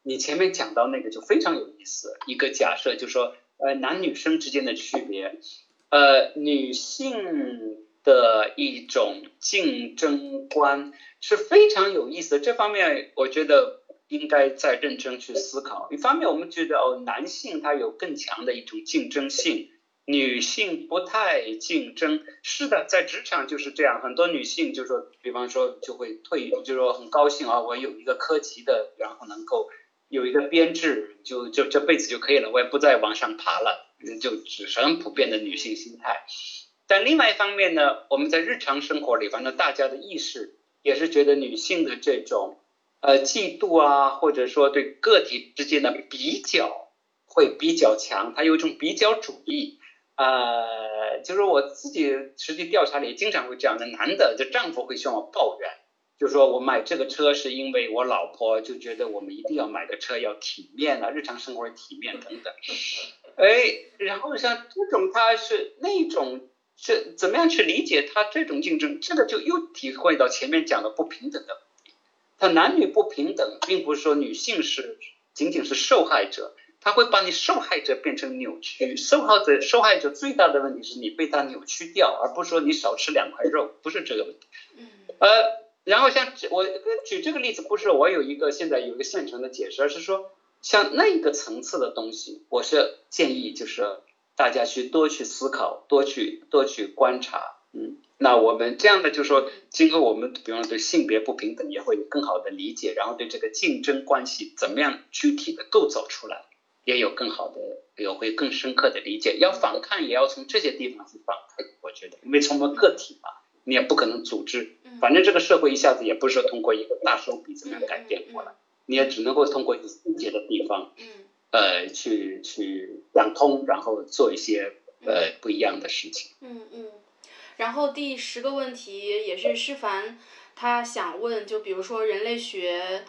你前面讲到那个就非常有意思，一个假设就是说，男女生之间的区别，女性的一种竞争观是非常有意思的，这方面我觉得应该再认真去思考。一方面我们觉得男性他有更强的一种竞争性，女性不太竞争，是的，在职场就是这样，很多女性就说，比方说就会就说很高兴啊，我有一个科级的，然后能够有一个编制，就这辈子就可以了，我也不再往上爬了，就只是很普遍的女性心态。但另外一方面呢，我们在日常生活里，反正大家的意识也是觉得女性的这种嫉妒啊，或者说对个体之间的比较会比较强，它有一种比较主义。就是我自己实际调查里经常会这样的，男的就丈夫会向我抱怨，就说我买这个车是因为我老婆就觉得我们一定要买个车要体面啊，日常生活体面等等。然后像这种他是那种是怎么样去理解他这种竞争，这个就又体会到前面讲的不平等的，他男女不平等，并不是说女性是仅仅是受害者，他会把你受害者变成扭曲，受害者最大的问题是你被他扭曲掉，而不是说你少吃2块肉，不是这个问题。然后像我举这个例子，不是我现在有一个现成的解释，而是说像那个层次的东西，我是建议就是大家多去思考，多去观察。那我们这样的就是说，今后我们比方说对性别不平等也会有更好的理解，然后对这个竞争关系怎么样具体的构造出来，也有更好的，也会更深刻的理解。要反抗也要从这些地方去反抗，我觉得，因为从我们个体嘛，你也不可能组织，反正这个社会一下子也不是说通过一个大手笔怎么样改变过来，你也只能够通过一些细节的地方，去想通，然后做一些不一样的事情。 然后第10个问题也是施凡他想问，就比如说人类学，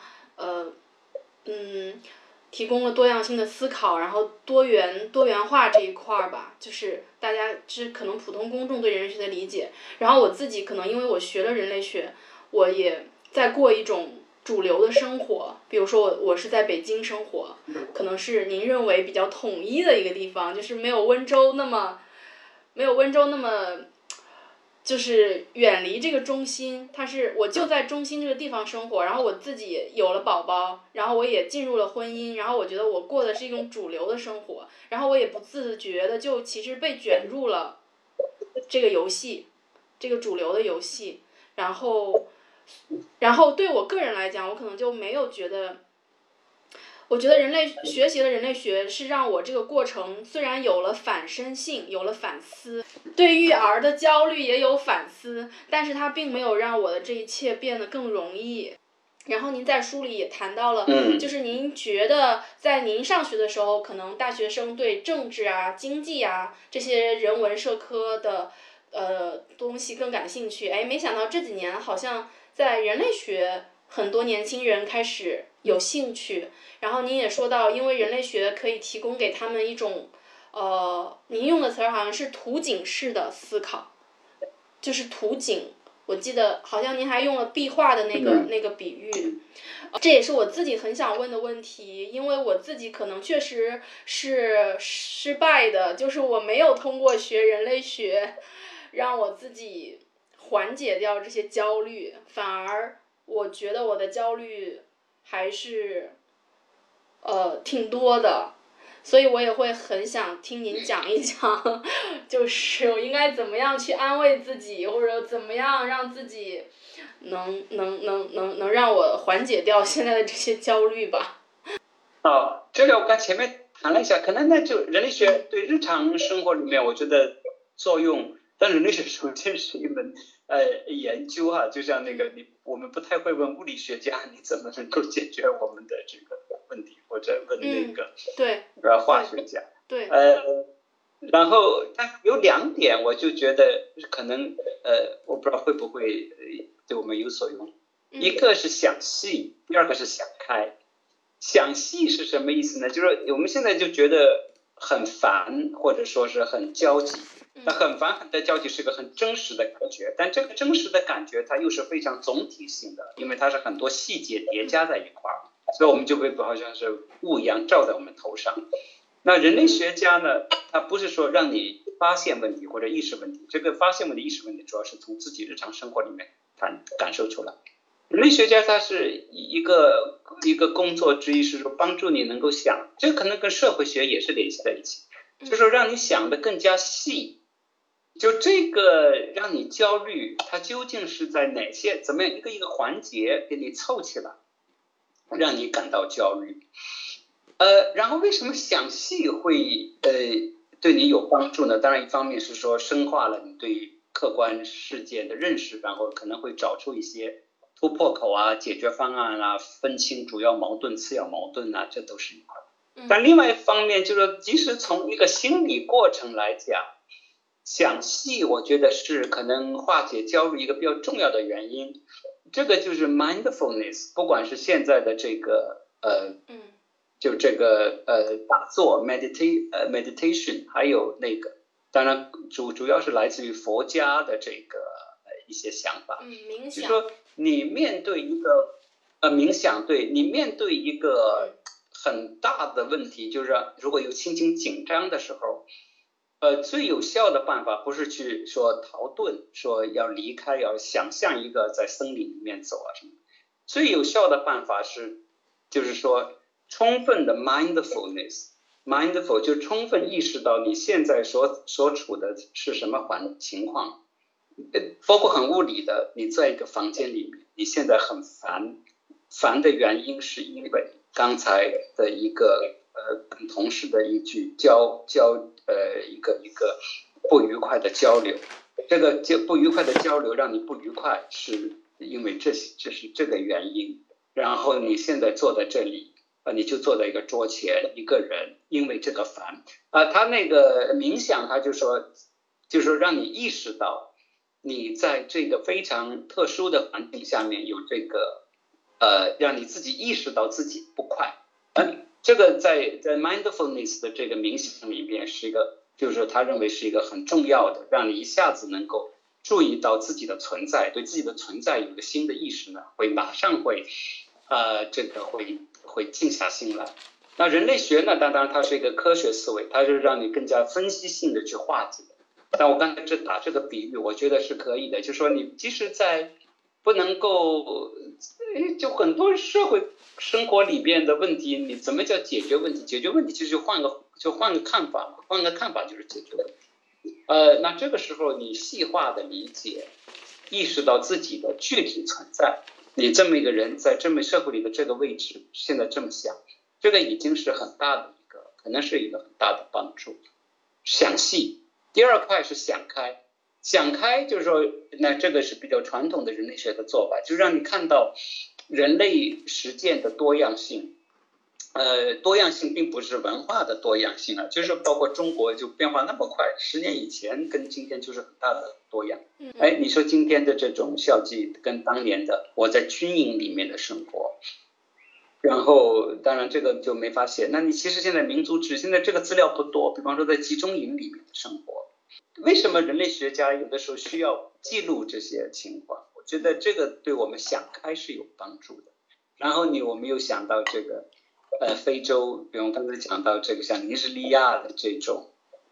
提供了多样性的思考，然后多元化这一块吧，就是大家可能普通公众对人类学的理解，然后我自己可能因为我学了人类学，我也在过一种主流的生活，比如说我是在北京生活，可能是您认为比较统一的一个地方，就是没有温州那么就是远离这个中心，我就在中心这个地方生活，然后我自己有了宝宝，然后我也进入了婚姻，然后我觉得我过的是一种主流的生活，然后我也不自觉的就其实被卷入了这个游戏，这个主流的游戏，然后对我个人来讲，我可能就没有觉得。我觉得学习了人类学是让我这个过程虽然有了反身性，有了反思，对育儿的焦虑也有反思，但是它并没有让我的这一切变得更容易。然后您在书里也谈到了，就是您觉得在您上学的时候，可能大学生对政治啊、经济啊这些人文社科的东西更感兴趣。没想到这几年好像在人类学很多年轻人开始有兴趣，然后您也说到，因为人类学可以提供给他们一种，您用的词儿好像是图景式的思考，就是图景。我记得好像您还用了壁画的那个比喻，这也是我自己很想问的问题，因为我自己可能确实是失败的，就是我没有通过学人类学，让我自己缓解掉这些焦虑，反而我觉得我的焦虑还是挺多的，所以我也会很想听您讲一讲，就是我应该怎么样去安慰自己，或者怎么样让自己能让我缓解掉现在的这些焦虑吧。 这个我刚前面谈了一下，可能那就人类学对日常生活里面我觉得作用，但人类学首先是一门研究啊，就像那个我们不太会问物理学家你怎么能够解决我们的这个问题，或者问那个对化学家。 对。 然后但有2点我就觉得可能我不知道会不会对我们有所用。一个是想细，第二个是想开。想细是什么意思呢？就是我们现在就觉得很烦，或者说是很焦急。那很烦很的焦急是个很真实的感觉，但这个真实的感觉它又是非常总体性的，因为它是很多细节叠加在一块儿。 所以我们就会好像是雾一样罩在我们头上。那人类学家呢，他不是说让你发现问题或者意识问题，这个发现问题、意识问题主要是从自己日常生活里面感受出来。人类学家他是一个工作之一，是说帮助你能够想，这可能跟社会学也是联系在一起，就是说让你想得更加细。就这个让你焦虑，它究竟是在哪些怎么样一个环节给你凑起来，让你感到焦虑。然后为什么想细会对你有帮助呢？当然一方面是说深化了你对客观事件的认识，然后可能会找出一些突破口啊、解决方案啊，分清主要矛盾、次要矛盾啊，这都是一块。但另外一方面就是说，即使从一个心理过程来讲，想细我觉得是可能化解焦虑一个比较重要的原因。这个就是 mindfulness， 不管是现在的这个就这个打坐 meditation， 还有那个当然主要是来自于佛家的这个一些想法， 冥想， 就是说你面对一个冥想，对，你面对一个很大的问题，就是如果有心情紧张的时候，最有效的办法不是去说逃遁，说要离开，要想象一个在森林里面走啊什么，最有效的办法是就是说充分的 mindful 就充分意识到你现在所处的是什么情况，包括很物理的，你在一个房间里面，你现在很烦的原因是因为刚才的一个跟同事的一句一个不愉快的交流，这个不愉快的交流让你不愉快，是因为这是这个原因，然后你现在坐在这里。你就坐在一个桌前，一个人，因为这个烦他那个冥想，他就是说让你意识到，你在这个非常特殊的环境下面有这个让你自己意识到自己不快。这个在 mindfulness 的这个冥想里面是一个，就是说他认为是一个很重要的，让你一下子能够注意到自己的存在，对自己的存在有一个新的意识呢，会马上会这个会静下心来。那人类学呢，当然它是一个科学思维，它是让你更加分析性的去化解。但我刚才打这个比喻，我觉得是可以的，就是说你即使在不能够就很多社会生活里边的问题，你怎么叫解决问题？解决问题就是换个看法嘛，换个看法就是解决问题。那这个时候你细化的理解，意识到自己的具体存在，你这么一个人在这么社会里的这个位置，现在这么想，这个已经是很大的一个，可能是一个很大的帮助。想细。第二块是想开，想开就是说，那这个是比较传统的人类学的做法，就让你看到人类实践的多样性。多样性并不是文化的多样性啊，就是包括中国就变化那么快，10年以前跟今天就是很大的多样。你说今天的这种校际跟当年的我在军营里面的生活，然后当然这个就没法写。那你其实现在民族志现在这个资料不多，比方说在集中营里面的生活，为什么人类学家有的时候需要记录这些情况？我觉得这个对我们想开是有帮助的。然后我们又想到这个非洲，比如刚才讲到这个像尼日利亚的这种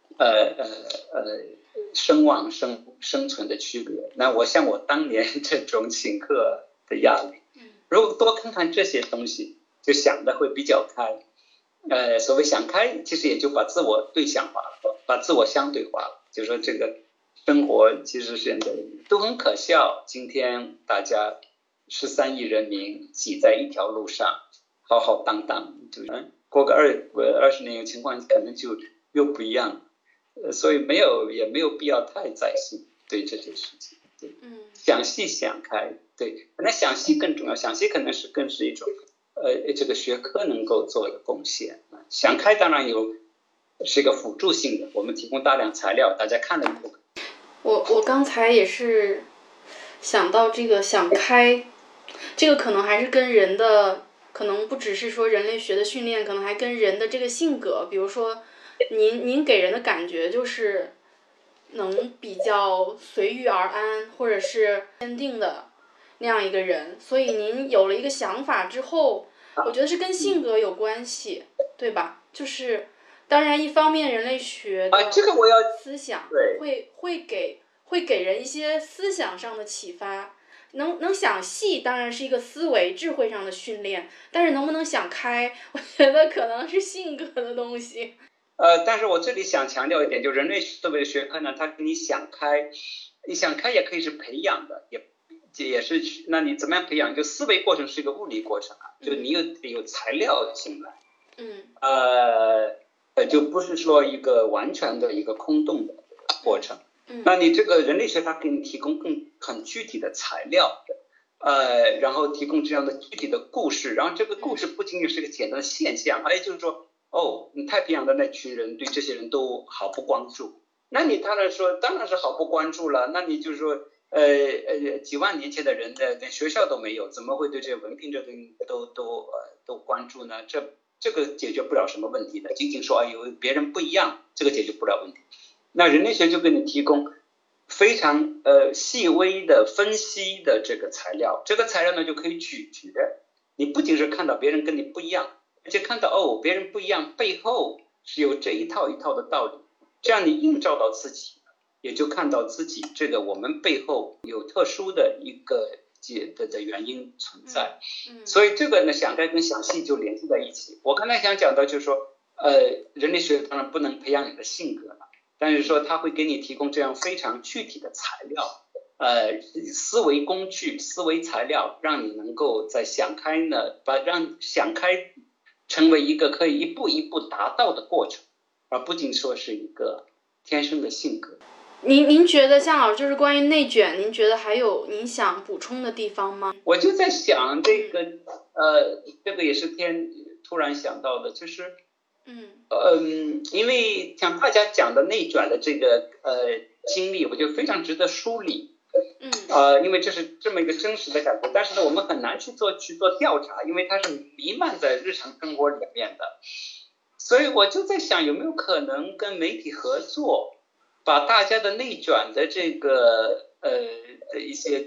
生存的区别，那我像我当年这种请客的压力，如果多看看这些东西，就想的会比较开。所谓想开，其实也就把自我对象化了，把自我相对化了，就说这个生活其实现在都很可笑。今天大家13亿人民挤在一条路上，浩浩荡荡，就是过个20年情况可能就又不一样，所以也没有必要太在心对这件事情。对，想细想开，对，可能想细更重要，想细可能是更是一种这个学科能够做的贡献。想开当然是一个辅助性的，我们提供大量材料，大家看了以后。 我刚才也是想到这个想开，这个可能还是跟人的，可能不只是说人类学的训练，可能还跟人的这个性格，比如说您给人的感觉就是能比较随遇而安，或者是坚定的那样一个人，所以您有了一个想法之后， 我觉得是跟性格有关系，对吧？就是当然一方面人类学的这个我要思想对会给人一些思想上的启发。能想细当然是一个思维智慧上的训练，但是能不能想开，我觉得可能是性格的东西。 但是我这里想强调一点，就人类作为学科呢，它给你想开，你想开也可以是培养的，也是，那你怎么样培养？就思维过程是一个物理过程啊，就你有材料进来，就不是说一个完全的一个空洞的过程。那你这个人类学它给你提供很具体的材料，然后提供这样的具体的故事，然后这个故事不仅仅是一个简单的现象，还有就是说，你太平洋的那群人对这些人都毫不关注，那你当然是毫不关注了，那你就是说，几万年前的人连学校都没有，怎么会对这些文凭这个都关注呢？这个解决不了什么问题的，仅仅说有别人不一样，这个解决不了问题。那人类学就给你提供非常细微的分析的这个材料，这个材料呢就可以咀嚼，你不仅是看到别人跟你不一样，而且看到别人不一样背后是有这一套一套的道理，这样你映照到自己，也就看到自己这个我们背后有特殊的一个的原因存在。所以这个呢想开跟想细就联系在一起。我刚才想讲到就是说人类学当然不能培养你的性格了，但是说它会给你提供这样非常具体的材料，思维工具、思维材料，让你能够在想开呢，让想开成为一个可以一步一步达到的过程，而不仅说是一个天生的性格。 您觉得向老师就是关于内卷，您觉得还有您想补充的地方吗？ 我就在想这个这个也是突然想到的，就是因为像大家讲的内卷的这个经历，我觉得非常值得梳理。因为这是这么一个真实的感觉，但是呢，我们很难去做调查，因为它是弥漫在日常生活里面的。所以我就在想，有没有可能跟媒体合作，把大家的内卷的这个的一些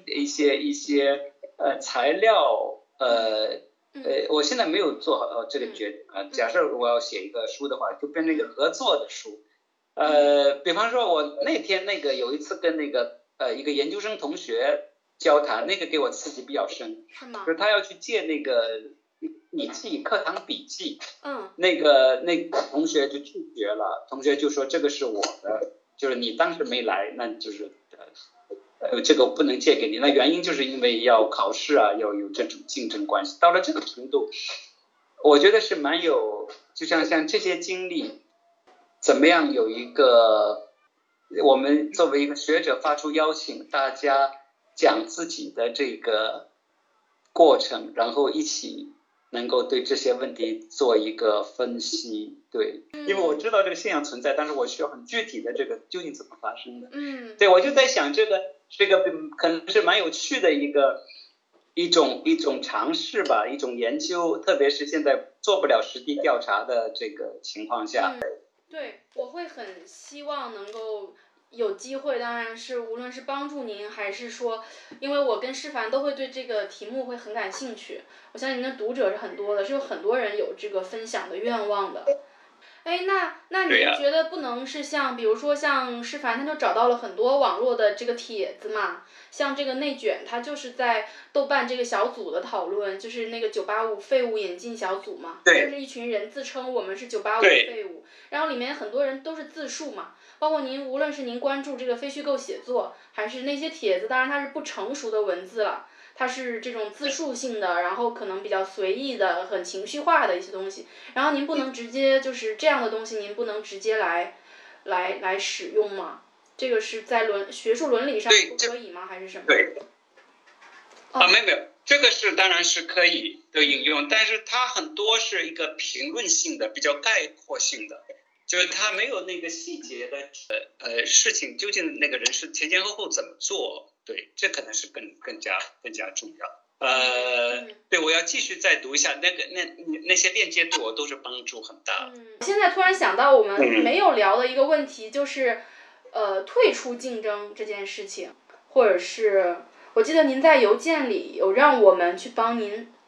材料我现在没有做好这个假设我要写一个书的话，就变成一个合作的书。比方说我那天有一次跟一个研究生同学交谈，那个给我刺激比较深， 是吗？ 就是他要去借那个笔记，课堂笔记，那个同学就拒绝了，同学就说这个是我的，就是你当时没来，那就是这个不能借给你，那原因就是因为要考试啊，要有这种竞争关系。到了这个程度，我觉得是蛮有，就像这些经历，怎么样有一个，我们作为一个学者发出邀请，大家讲自己的这个过程，然后一起能够对这些问题做一个分析。对，因为我知道这个现象存在，但是我需要很具体的这个究竟怎么发生的。对，我就在想这个可能是蛮有趣的一种尝试吧，一种研究，特别是现在做不了实地调查的这个情况下。 对，我会很希望能够有机会，当然是无论是帮助您，还是说，因为我跟施凡都会对这个题目会很感兴趣，我相信您的读者是很多的，是有很多人有这个分享的愿望的。那您觉得不能是比如说像施凡，他就找到了很多网络的这个帖子嘛，像这个内卷，他就是在豆瓣这个小组的讨论，就是那个985废物引进小组嘛，就是一群人自称我们是985废物，然后里面很多人都是自述嘛，包括您无论是您关注这个非虚构写作，还是那些帖子，当然它是不成熟的文字了。它是这种自述性的，然后可能比较随意的、很情绪化的一些东西，然后您不能直接就是这样的东西，您不能直接来使用吗？这个是在学术伦理上不可以吗？还是什么？ 对。没有，这个是当然是可以的引用，但是它很多是一个评论性的、比较概括性的，就是它没有那个细节的事情究竟那个人是前前后后怎么做。对，这可能是更加重要。对，我要继续再读一下那些链接，对我都是帮助很大。 现在突然想到我们没有聊的一个问题，就是退出竞争这件事情，或者是我记得您在邮件里有让我们去帮您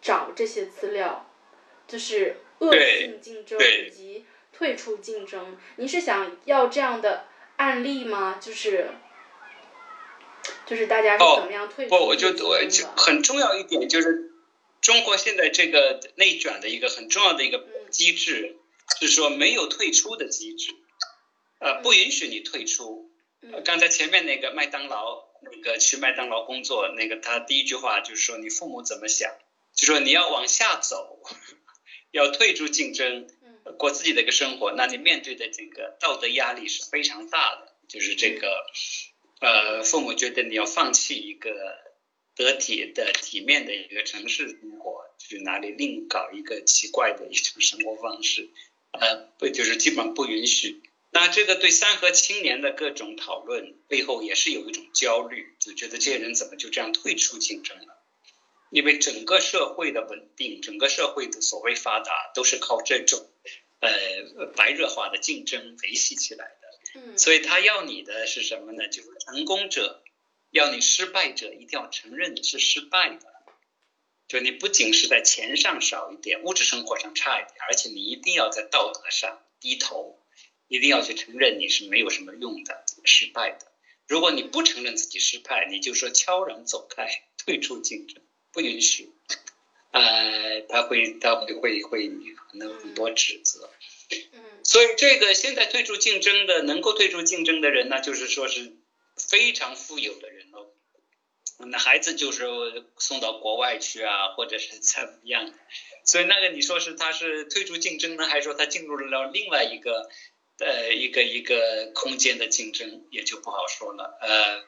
找这些资料，就是恶性竞争以及退出竞争。您是想要这样的案例吗？就是大家是怎么样退出竞争的？ 我觉得很重要一点就是中国现在这个内卷的一个很重要的一个机制，是说没有退出的机制，不允许你退出。刚才前面那个麦当劳，那个去麦当劳工作，那个他第一句话就是说你父母怎么想，就说你要往下走，要退出竞争，过自己的一个生活，那你面对的这个道德压力是非常大的，就是这个父母觉得你要放弃一个得体的体面的一个城市生活，去哪里另搞一个奇怪的一种生活方式，不就是基本上不允许。那这个对三和青年的各种讨论背后也是有一种焦虑，就觉得这些人怎么就这样退出竞争了？因为整个社会的稳定，整个社会的所谓发达，都是靠这种白热化的竞争维系起来的。所以他要你的是什么呢？就是成功者要你失败者一定要承认你是失败的，就你不仅是在钱上少一点，物质生活上差一点，而且你一定要在道德上低头，一定要去承认你是没有什么用的，失败的。如果你不承认自己失败，你就说悄然走开，退出竞争，不允许，他会可能很多指责。所以这个现在退出竞争的，能够退出竞争的人呢，就是说是非常富有的人哦。那孩子就是送到国外去啊，或者是怎么样的。所以那个你说是他是退出竞争呢，还是说他进入了另外一个一个空间的竞争，也就不好说了。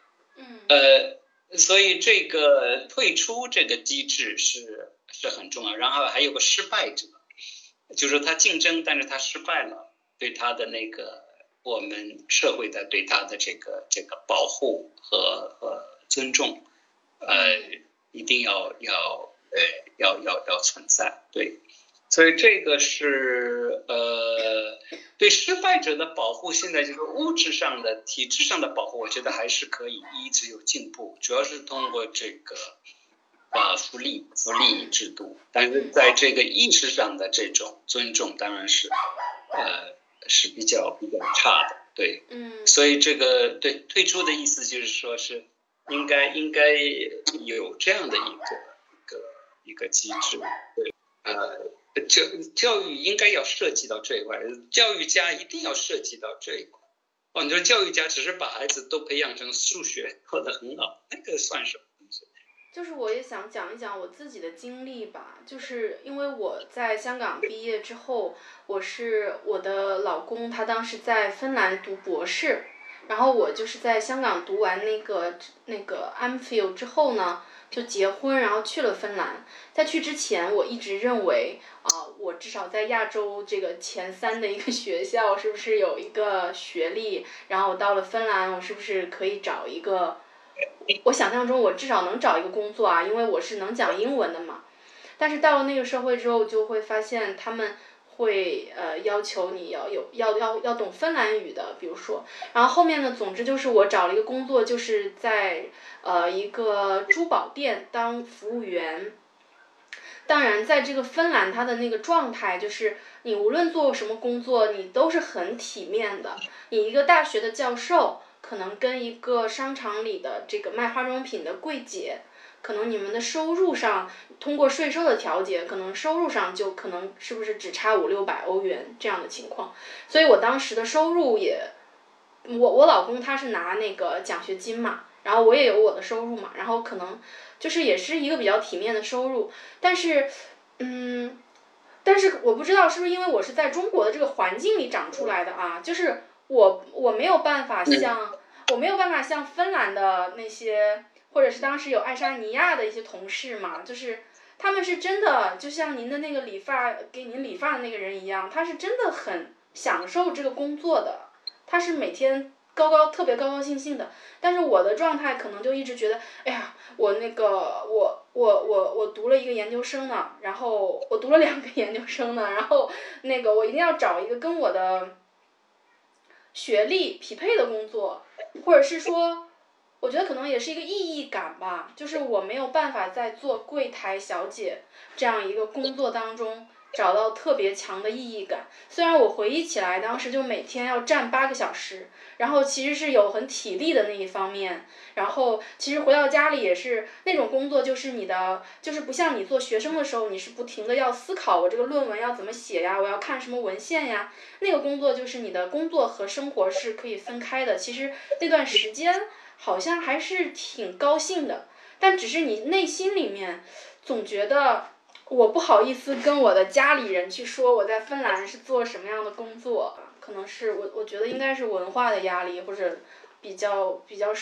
所以这个退出这个机制是很重要。然后还有个失败者，就是他竞争，但是他失败了，对他的那个我们社会的对他的这个保护和尊重，一定要存在。对，所以这个是对失败者的保护，现在就是物质上的体制上的保护，我觉得还是可以一直有进步，主要是通过这个福利制度，但是在这个意识上的这种尊重当然是是比较差的。对，所以这个对退出的意思就是说是应该有这样的一个机制。对，教育应该要涉及到这一块，教育家一定要涉及到这一块。你说教育家只是把孩子都培养成数学做得很好，那个算什么东西？ 就是我也想讲一讲我自己的经历吧，就是因为我在香港毕业之后，我的老公他当时在芬兰读博士，然后我就是在香港读完那个 MPhil 之后呢，就结婚，然后去了芬兰。在去之前，我一直认为我至少在亚洲这个前3的一个学校是不是有一个学历，然后我到了芬兰，我是不是可以找一个，我想象中我至少能找一个工作啊，因为我是能讲英文的嘛。但是到了那个社会之后，就会发现他们会要求你要懂芬兰语的，比如说。然后后面呢，总之就是我找了一个工作，就是在一个珠宝店当服务员。当然在这个芬兰它的那个状态就是你无论做什么工作你都是很体面的，你一个大学的教授可能跟一个商场里的这个卖化妆品的柜姐，可能你们的收入上通过税收的调节，可能收入上就可能是不是只差500-600欧元这样的情况。所以我当时的收入也，我老公他是拿那个奖学金嘛，然后我也有我的收入嘛，然后可能就是也是一个比较体面的收入。但是我不知道是不是因为我是在中国的这个环境里长出来的啊，就是我没有办法像芬兰的那些，或者是当时有爱沙尼亚的一些同事嘛，就是他们是真的就像您的那个给您理发的那个人一样，他是真的很享受这个工作的，他是每天特别高高兴兴的。但是我的状态可能就一直觉得，哎呀，我读了一个研究生呢，然后我读了2个研究生呢，然后那个我一定要找一个跟我的学历匹配的工作，或者是说我觉得可能也是一个意义感吧，就是我没有办法在做柜台小姐这样一个工作当中找到特别强的意义感。虽然我回忆起来，当时就每天要站8个小时，然后其实是有很体力的那一方面，然后其实回到家里也是那种工作，就是你的，就是不像你做学生的时候，你是不停的要思考我这个论文要怎么写呀，我要看什么文献呀，那个工作就是你的工作和生活是可以分开的。其实那段时间好像还是挺高兴的，但只是你内心里面总觉得我不好意思跟我的家里人去说我在芬兰是做什么样的工作，可能是我觉得应该是文化的压力，或者比较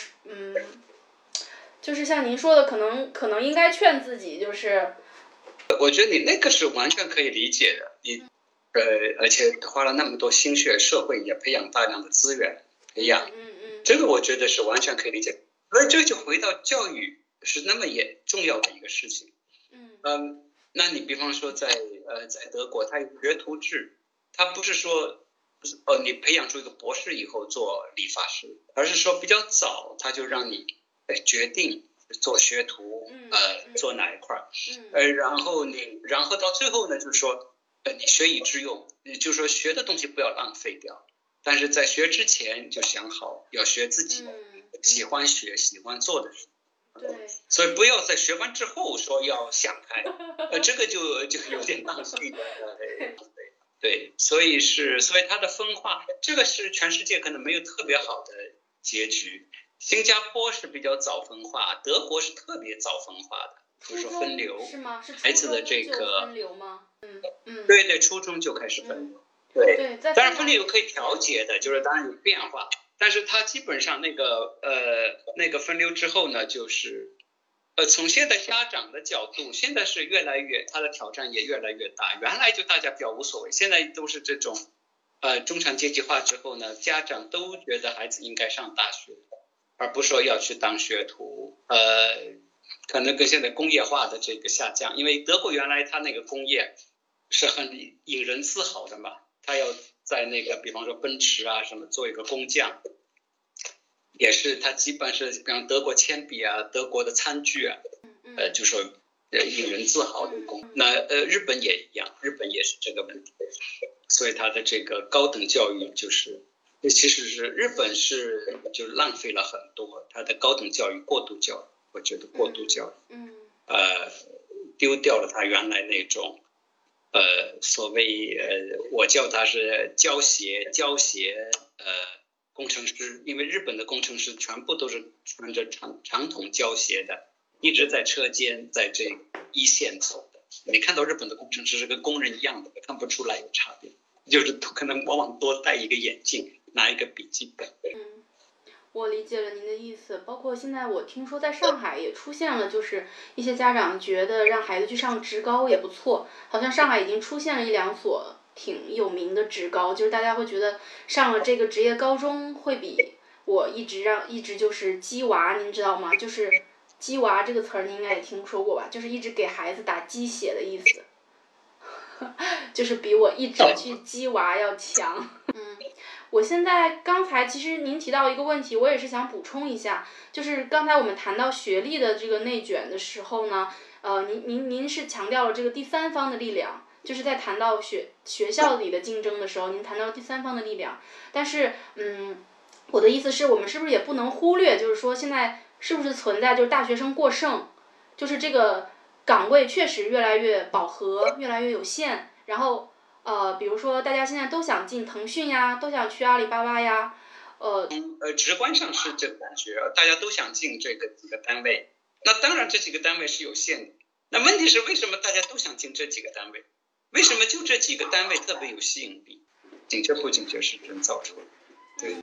就是像您说的，可能应该劝自己，就是我觉得你那个是完全可以理解的，你而且花了那么多心血，社会也培养大量的资源培养，这个我觉得是完全可以理解。所以这就回到教育是那么也重要的一个事情。那你比方说在德国，它有学徒制，它不是说你培养出一个博士以后做理发师，而是说比较早他就让你决定做学徒，做哪一块，然后到最后呢，就是说你学以致用，就是说学的东西不要浪费掉，但是在学之前就想好要学自己喜欢学喜欢做的事。 对， 所以不要在学完之后说要想开，这个就有点浪费了。对，所以它的分化，这个是全世界可能没有特别好的结局。新加坡是比较早分化，德国是特别早分化的，就是说分流。 是吗？是孩子的这个分流吗？ 对，初中就开始分流。对，当然分流可以调节的，就是当然有变化。但是它基本上那个分流之后呢，就是从现在家长的角度，现在是越来越他的挑战也越来越大。原来就大家比较无所谓，现在都是这种中产阶级化之后呢，家长都觉得孩子应该上大学，而不是说要去当学徒。可能跟现在工业化的这个下降，因为德国原来它那个工业是很引人自豪的嘛，他要在那个比方说奔驰啊什么做一个工匠，也是他基本是比方德国铅笔啊，德国的餐具啊，就说引人自豪的工。那日本也一样，日本也是这个问题，所以他的这个高等教育就是其实是日本是就浪费了很多，他的高等教育过度教育，我觉得过度教育，丢掉了他原来那种所谓我叫他是教协工程师，因为日本的工程师全部都是穿着长筒胶鞋的，一直在车间在这一线走的。你看到日本的工程师是跟工人一样的，看不出来有差别，就是可能往往多戴一个眼镜，拿一个笔记本。 我理解了您的意思，包括现在我听说在上海也出现了，就是一些家长觉得让孩子去上职高也不错，好像上海已经出现了1、2所挺有名的职高，就是大家会觉得上了这个职业高中会比我一直就是鸡娃，您知道吗？就是鸡娃这个词儿您应该也听说过吧，就是一直给孩子打鸡血的意思，就是比我一直去鸡娃要强。我现在刚才其实您提到一个问题，我也是想补充一下，就是刚才我们谈到学历的这个内卷的时候呢，您是强调了这个第三方的力量，就是在谈到学校里的竞争的时候，您谈到第三方的力量，但是我的意思是我们是不是也不能忽略，就是说现在是不是存在就是大学生过剩，就是这个岗位确实越来越饱和，越来越有限，然后比如说大家现在都想进腾讯呀，都想去阿里巴巴呀， 直观上是这个感觉，大家都想进这个几个单位，那当然这几个单位是有限的。那问题是为什么大家都想进这几个单位？为什么就这几个单位特别有吸引力？紧缺不紧缺是人造出的。对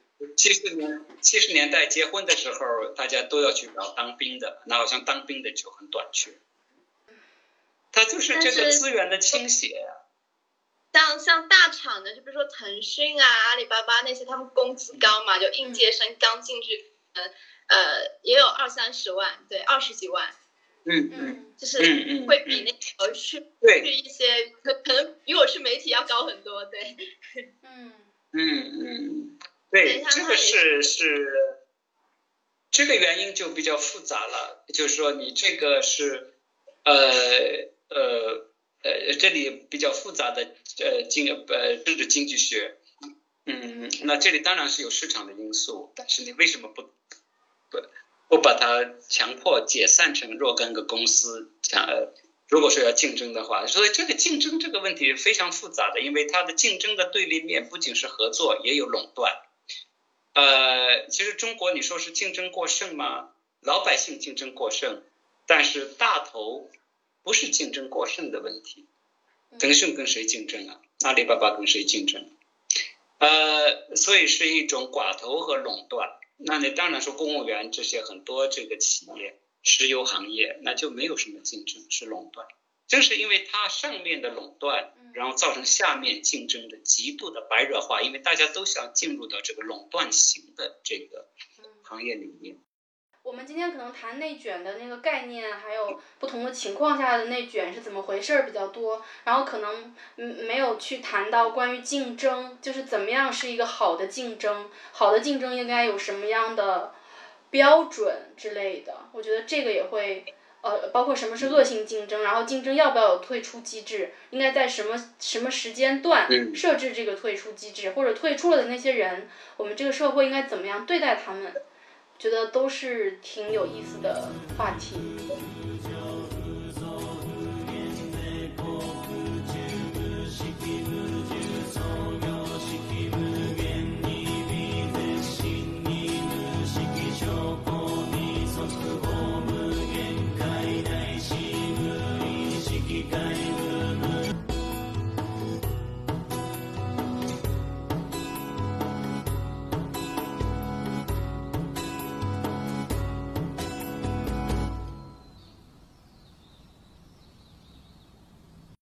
，70年代结婚的时候，大家都要去找当兵的，那好像当兵的就很短缺。它就是这个资源的倾斜呀。 像大厂的，就比如说腾讯啊、阿里巴巴那些，他们工资高嘛，就应届生刚进去，也有20-30万，对，20几万，就是会比那个去一些可能比我去媒体要高很多，对， 对，这个是这个原因就比较复杂了，就是说你这个是这里比较复杂的政治经济学，那这里当然是有市场的因素，但是你为什么不把它强迫解散成若干个公司？如果说要竞争的话，所以这个竞争这个问题是非常复杂的，因为它的竞争的对立面不仅是合作，也有垄断。其实中国你说是竞争过剩吗？老百姓竞争过剩，但是大头不是竞争过剩的问题。腾讯跟谁竞争啊？阿里巴巴跟谁竞争？所以是一种寡头和垄断。那你当然说公务员这些很多这个企业，石油行业那就没有什么竞争，是垄断。正是因为它上面的垄断，然后造成下面竞争的极度的白热化，因为大家都想进入到这个垄断型的这个行业里面。 我们今天可能谈内卷的那个概念，还有不同的情况下的内卷是怎么回事比较多，然后可能没有去谈到关于竞争，就是怎么样是一个好的竞争，好的竞争应该有什么样的标准之类的。我觉得这个也会包括什么是恶性竞争，然后竞争要不要有退出机制，应该在什么时间段设置这个退出机制，或者退出了的那些人，我们这个社会应该怎么样对待他们，觉得都是挺有意思的话题。